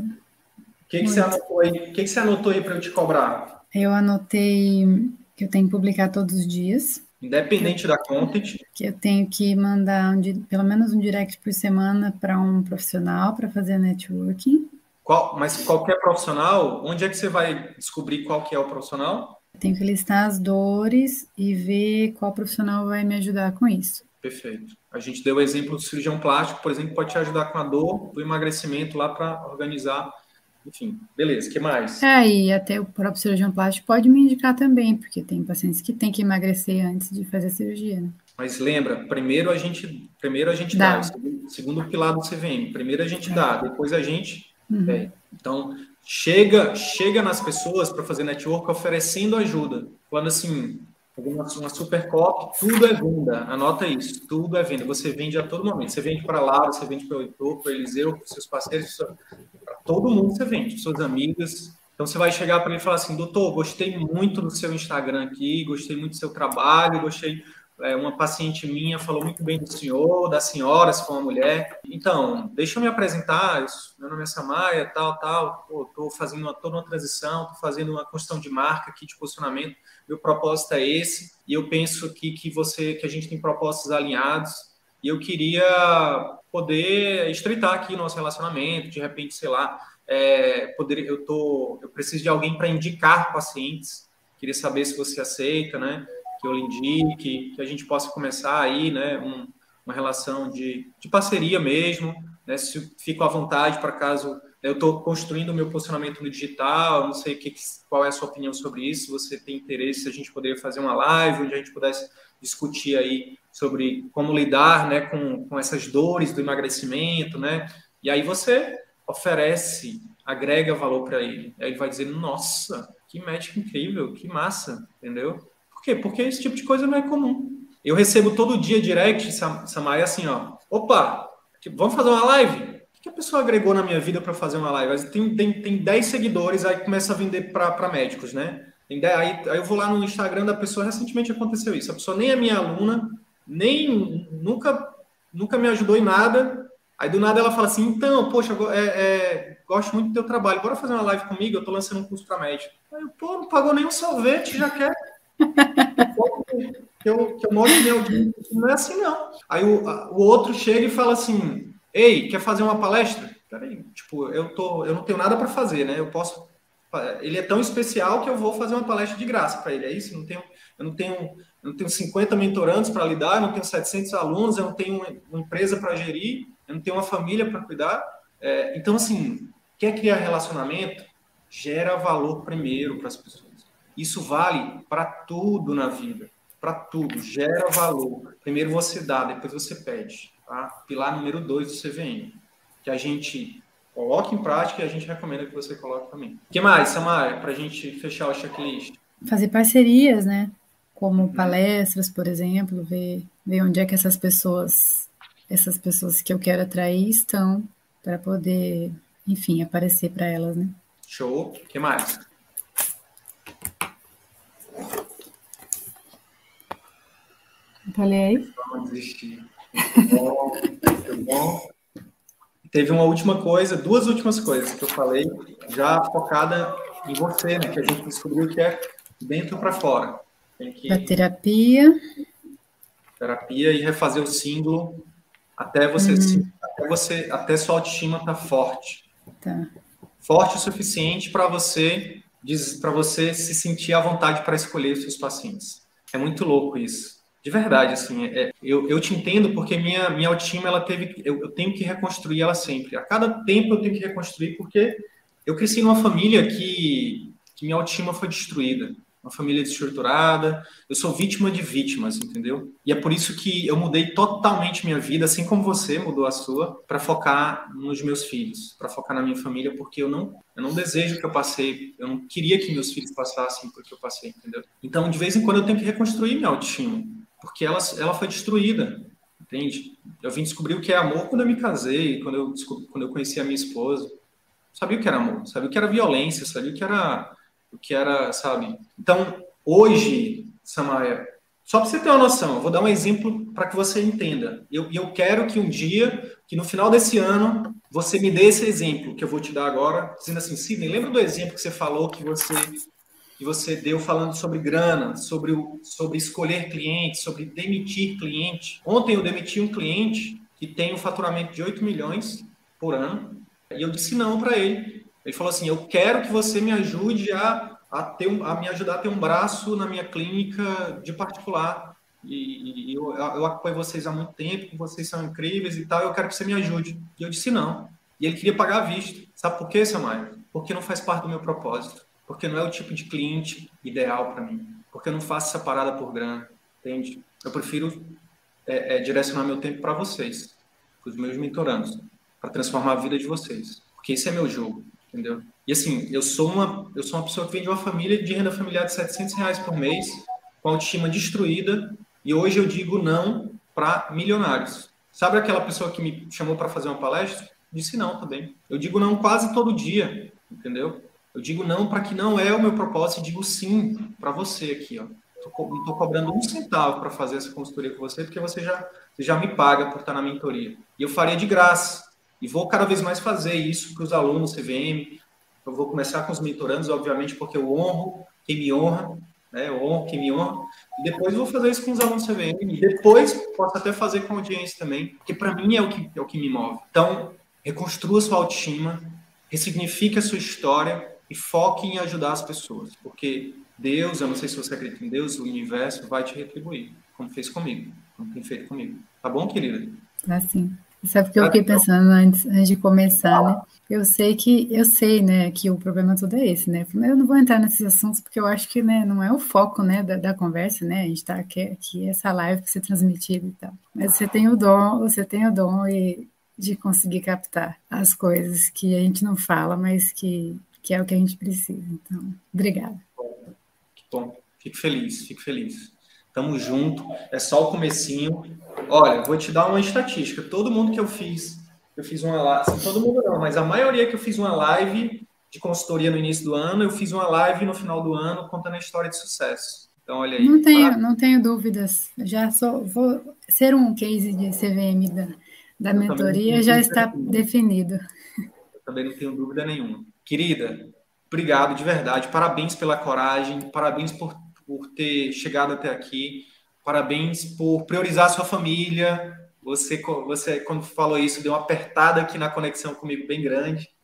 O que, que você anotou aí? O que, que você anotou aí para eu te cobrar? Eu anotei que eu tenho que publicar todos os dias. Independente da content. Que eu tenho que mandar um, pelo menos um direct por semana para um profissional para fazer networking. Qual, mas qualquer profissional, onde é que você vai descobrir qual que é o profissional? Tenho que listar as dores e ver qual profissional vai me ajudar com isso. Perfeito. A gente deu o exemplo do cirurgião plástico, por exemplo, pode te ajudar com a dor do emagrecimento lá para organizar. Enfim, beleza, o que mais? É, e até o próprio cirurgião plástico pode me indicar também, porque tem pacientes que têm que emagrecer antes de fazer a cirurgia, né? Mas lembra, primeiro a gente, primeiro a gente dá, dá. Segundo, segundo pilar do C V M, primeiro a gente é. dá, depois a gente... Uhum. É. Então, chega, chega nas pessoas para fazer network oferecendo ajuda. Falando assim, uma, uma super copy, tudo é venda. Anota isso, tudo é venda. Você vende a todo momento. Você vende para lá, você vende para o Heitor, para o Eliseu, para os seus parceiros, para todo mundo você vende, suas amigas. Então, você vai chegar para ele e falar assim, doutor, gostei muito do seu Instagram aqui, gostei muito do seu trabalho, gostei... É, uma paciente minha falou muito bem do senhor, da senhora, se for uma mulher. Então, deixa eu me apresentar, meu nome é Samaia, tal, tal. Estou fazendo uma, toda uma transição, estou fazendo uma construção de marca aqui, de posicionamento. Meu propósito é esse. E eu penso aqui que, você, que a gente tem propósitos alinhados. E eu queria poder estreitar aqui o nosso relacionamento, de repente, sei lá, é, poder, eu, tô, eu preciso de alguém para indicar pacientes. Queria saber se você aceita, né? Que eu lhe indique, que a gente possa começar aí, né, um, uma relação de, de parceria mesmo, né, se fico à vontade para caso eu estou construindo o meu posicionamento no digital, não sei que, qual é a sua opinião sobre isso, se você tem interesse, se a gente poderia fazer uma live onde a gente pudesse discutir aí sobre como lidar, né, com, com essas dores do emagrecimento, né, e aí você oferece, agrega valor para ele, aí ele vai dizer, nossa, que médico incrível, que massa, entendeu? Por quê? Porque esse tipo de coisa não é comum. Eu recebo todo dia direct, Samaia, assim, ó. Opa, vamos fazer uma live? O que a pessoa agregou na minha vida para fazer uma live? Tem, tem, tem dez seguidores, aí começa a vender para médicos, né? Tem dez, aí, aí eu vou lá no Instagram da pessoa, recentemente aconteceu isso. A pessoa nem é minha aluna, nem nunca, nunca me ajudou em nada. Aí do nada ela fala assim, então, poxa, é, é, gosto muito do teu trabalho, bora fazer uma live comigo? Eu tô lançando um curso para médico. Aí eu, pô, não pagou nem um sorvete, já quer... que eu, que eu mostro em alguém, não é assim não. Aí o, o outro chega e fala assim, ei, quer fazer uma palestra? Peraí, tipo, eu, tô, eu não tenho nada para fazer, né? Eu posso ele é tão especial que eu vou fazer uma palestra de graça para ele, é isso? Eu não tenho, eu não tenho, eu não tenho cinquenta mentorandos para lidar, eu não tenho setecentos alunos, eu não tenho uma, uma empresa para gerir, eu não tenho uma família para cuidar. É, então, assim, quer criar relacionamento? Gera valor primeiro para as pessoas. Isso vale para tudo na vida, para tudo. Gera valor. Primeiro você dá, depois você pede. Tá? Pilar número dois do C V M, que a gente coloque em prática e a gente recomenda que você coloque também. O que mais, Samara, para a gente fechar o checklist? Fazer parcerias, né? Como uhum. palestras, por exemplo, ver, ver onde é que essas pessoas, essas pessoas que eu quero atrair estão, para poder, enfim, aparecer para elas, né? Show. O que mais? Falei aí? Não desistir. Muito bom, muito bom. Teve uma última coisa, duas últimas coisas que eu falei, já focada em você, né? Que a gente descobriu que é dentro para fora. Tem que... Da terapia. Terapia e refazer o símbolo até você, uhum. até você, até sua autoestima estar tá forte. Tá. Forte o suficiente para você, para você se sentir à vontade para escolher os seus pacientes. É muito louco isso. De verdade, assim, é, eu, eu te entendo porque minha, minha autoestima, ela teve, eu, eu tenho que reconstruir ela sempre. A cada tempo eu tenho que reconstruir porque eu cresci numa família que, que minha autoestima foi destruída. Uma família desestruturada, eu sou vítima de vítimas, entendeu? E é por isso que eu mudei totalmente minha vida, assim como você mudou a sua, para focar nos meus filhos, para focar na minha família, porque eu não, eu não desejo que eu passei, eu não queria que meus filhos passassem por que eu passei, entendeu? Então, de vez em quando eu tenho que reconstruir minha autoestima, porque ela, ela foi destruída, entende? Eu vim descobrir o que é amor quando eu me casei, quando eu, quando eu conheci a minha esposa. Sabia o que era amor, sabia o que era violência, sabia o que era... o que era, sabe? Então, hoje, Samaya, só para você ter uma noção, eu vou dar um exemplo para que você entenda. E eu, eu quero que um dia, que no final desse ano, você me dê esse exemplo que eu vou te dar agora, dizendo assim, Sidney, lembra do exemplo que você falou, que você, que você deu falando sobre grana, sobre, o, sobre escolher cliente, sobre demitir cliente? Ontem eu demiti um cliente que tem um faturamento de oito milhões por ano, e eu disse não para ele. Ele falou assim, eu quero que você me ajude a, a, ter um, a me ajudar a ter um braço na minha clínica de particular. E, e eu, eu apoio vocês há muito tempo, vocês são incríveis e tal, eu quero que você me ajude. E eu disse não. E ele queria pagar à vista. Sabe por quê, Samaya? Porque não faz parte do meu propósito. Porque não é o tipo de cliente ideal para mim. Porque eu não faço essa parada por grana. Entende? Eu prefiro é, é, direcionar meu tempo para vocês, para os meus mentorandos, para transformar a vida de vocês. Porque esse é meu jogo. Entendeu? E assim, eu sou, uma, eu sou uma pessoa que vem de uma família de renda familiar de setecentos reais por mês, com autoestima destruída, e hoje eu digo não para milionários. Sabe aquela pessoa que me chamou para fazer uma palestra? Disse não também. Eu digo não quase todo dia, entendeu? Eu digo não para que não é o meu propósito, e digo sim para você aqui, ó. Não estou cobrando um centavo para fazer essa consultoria com você, porque você já, você já me paga por estar na mentoria. E eu faria de graça. E vou cada vez mais fazer isso para os alunos C V M. Eu vou começar com os mentorandos, obviamente, porque eu honro quem me honra, né? Eu honro quem me honra. E depois vou fazer isso com os alunos C V M. E depois posso até fazer com a audiência também, porque para mim é o, que, é o que me move. Então, reconstrua sua autoestima, ressignifique a sua história e foque em ajudar as pessoas. Porque Deus, eu não sei se você acredita em Deus, o universo vai te retribuir, como fez comigo, como tem feito comigo. Tá bom, querida? Tá sim. Sabe o que eu fiquei pensando antes, antes de começar, né? Eu sei que, eu sei, né, que o problema todo é esse, né? Eu não vou entrar nesses assuntos porque eu acho que, né, não é o foco, né, da, da conversa, né? A gente tá aqui, aqui essa live para ser transmitida e tal. Mas você tem o dom, você tem o dom e, de conseguir captar as coisas que a gente não fala, mas que, que é o que a gente precisa. Então, obrigada. Que bom. Fico feliz, fico feliz. Tamo junto. É só o comecinho. Olha, vou te dar uma estatística. Todo mundo que eu fiz, eu fiz uma live, assim, todo mundo não, mas a maioria que eu fiz uma live de consultoria no início do ano, eu fiz uma live no final do ano contando a história de sucesso. Então, olha aí. Não tenho, não tenho dúvidas. Já sou, vou ser um case de C V M da, da mentoria, já está definido. Eu também não tenho dúvida nenhuma. Querida, obrigado de verdade. Parabéns pela coragem, parabéns por, por ter chegado até aqui. Parabéns por priorizar a sua família. Você, você, quando falou isso, deu uma apertada aqui na conexão comigo bem grande.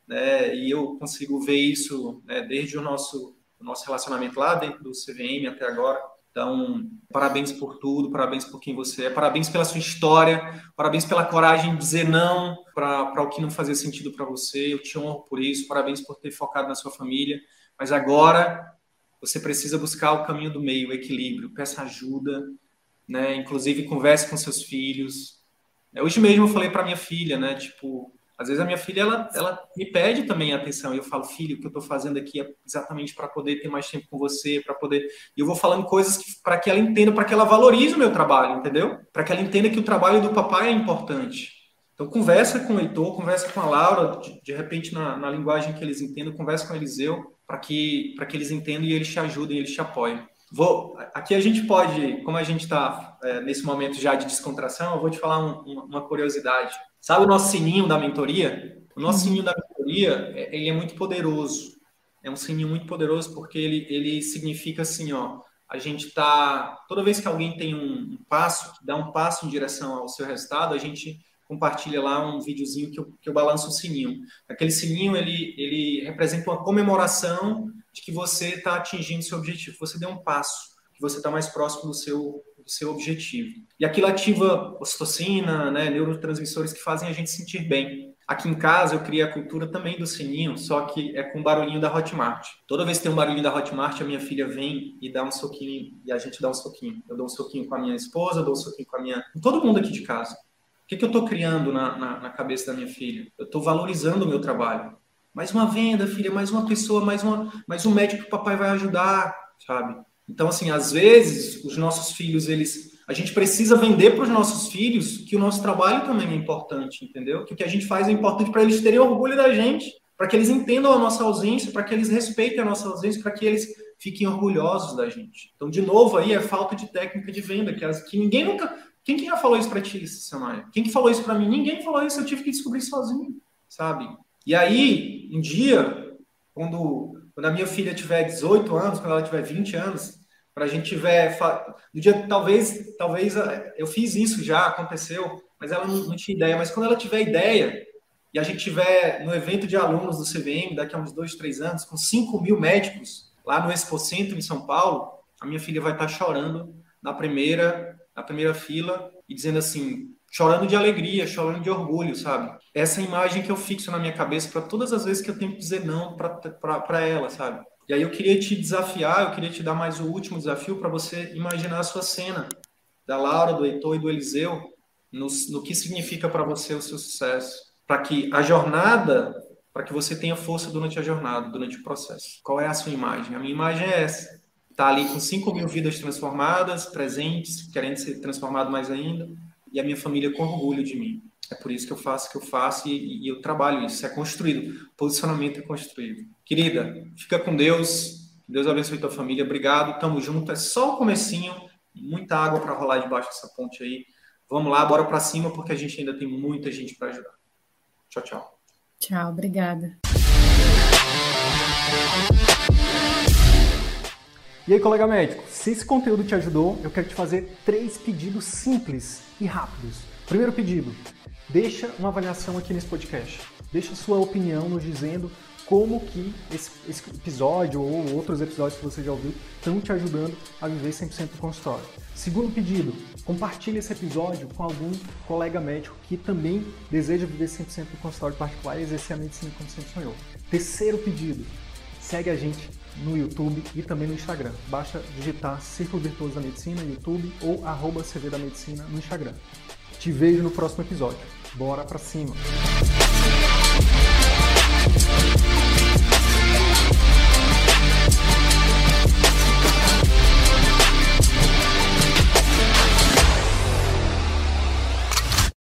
né? E eu consigo ver isso, né, desde o nosso, o nosso relacionamento lá dentro do C V M até agora. Então, parabéns por tudo, parabéns por quem você é, parabéns pela sua história, parabéns pela coragem de dizer não para o que não fazia sentido para você. Eu te honro por isso, parabéns por ter focado na sua família. Mas agora você precisa buscar o caminho do meio, o equilíbrio, peça ajuda, né? Inclusive converse com seus filhos. Hoje mesmo eu falei para minha filha, né? Tipo, às vezes a minha filha, ela, ela me pede também atenção. E eu falo, filho, o que eu estou fazendo aqui é exatamente para poder ter mais tempo com você, para poder... E eu vou falando coisas para que ela entenda, para que ela valorize o meu trabalho, entendeu? Para que ela entenda que o trabalho do papai é importante. Então, conversa com o Heitor, conversa com a Laura, de, de repente, na, na linguagem que eles entendam, conversa com o Eliseu, para que, para que eles entendam e eles te ajudem, eles te apoiem. Vou, aqui a gente pode, como a gente está é, nesse momento já de descontração, eu vou te falar um, uma, uma curiosidade. Sabe o nosso sininho da mentoria? O nosso sininho da mentoria, ele é muito poderoso. É um sininho muito poderoso porque ele, ele significa assim, ó, a gente tá... Toda vez que alguém tem um, um passo, dá um passo em direção ao seu resultado, a gente compartilha lá um videozinho que eu, que eu balanço o sininho. Aquele sininho, ele, ele representa uma comemoração de que você está atingindo seu objetivo, você deu um passo, que você está mais próximo do seu, do seu objetivo. E aquilo ativa ocitocina, né, neurotransmissores que fazem a gente sentir bem. Aqui em casa eu criei a cultura também do sininho, só que é com o barulhinho da Hotmart. Toda vez que tem um barulhinho da Hotmart, a minha filha vem e dá um soquinho, e a gente dá um soquinho. Eu dou um soquinho com a minha esposa, eu dou um soquinho com a minha... com todo mundo aqui de casa. O que, que eu estou criando na, na, na cabeça da minha filha? Eu estou valorizando o meu trabalho. Mais uma venda, filha, mais uma pessoa, mais, uma, mais um médico que o papai vai ajudar, sabe? Então, assim, às vezes, os nossos filhos, eles... A gente precisa vender para os nossos filhos que o nosso trabalho também é importante, entendeu? Que o que a gente faz é importante para eles terem orgulho da gente, para que eles entendam a nossa ausência, para que eles respeitem a nossa ausência, para que eles fiquem orgulhosos da gente. Então, de novo, aí é falta de técnica de venda, que, as, que ninguém nunca... Quem que já falou isso para ti, Samaya? Quem que falou isso para mim? Ninguém falou isso, eu tive que descobrir sozinho, sabe? E aí, um dia, quando, quando a minha filha tiver dezoito anos, quando ela tiver vinte anos, para a gente tiver... No dia, talvez, talvez eu fiz isso já, aconteceu, mas ela não, não tinha ideia. Mas quando ela tiver ideia, e a gente tiver no evento de alunos do C V M, daqui a uns dois, três anos, com cinco mil médicos, lá no Expocentro, em São Paulo, a minha filha vai estar chorando na primeira... na primeira fila e dizendo assim, chorando de alegria, chorando de orgulho, sabe? Essa imagem que eu fixo na minha cabeça para todas as vezes que eu tenho que dizer não para ela, sabe? E aí eu queria te desafiar, eu queria te dar mais o último desafio para você imaginar a sua cena da Laura, do Heitor e do Eliseu no, no que significa para você o seu sucesso, para que a jornada, para que você tenha força durante a jornada, durante o processo. Qual é a sua imagem? A minha imagem é essa. Está ali com cinco mil vidas transformadas, presentes, querendo ser transformado mais ainda, e a minha família com orgulho de mim. É por isso que eu faço o que eu faço e, e eu trabalho isso. É construído. O posicionamento é construído. Querida, fica com Deus. Deus abençoe tua família. Obrigado. Tamo junto. É só o comecinho. Muita água para rolar debaixo dessa ponte aí. Vamos lá, bora para cima, porque a gente ainda tem muita gente para ajudar. Tchau, tchau. Tchau, obrigada. E aí, colega médico, se esse conteúdo te ajudou, eu quero te fazer três pedidos simples e rápidos. Primeiro pedido, deixa uma avaliação aqui nesse podcast. Deixa sua opinião nos dizendo como que esse, esse episódio ou outros episódios que você já ouviu estão te ajudando a viver cem por cento do consultório. Segundo pedido, compartilhe esse episódio com algum colega médico que também deseja viver cem por cento do consultório particular e exercer a medicina como sempre sonhou. Terceiro pedido, segue a gente no YouTube e também no Instagram. Basta digitar Círculo Virtuoso da Medicina no YouTube ou arroba C V da Medicina no Instagram. Te vejo no próximo episódio. Bora pra cima!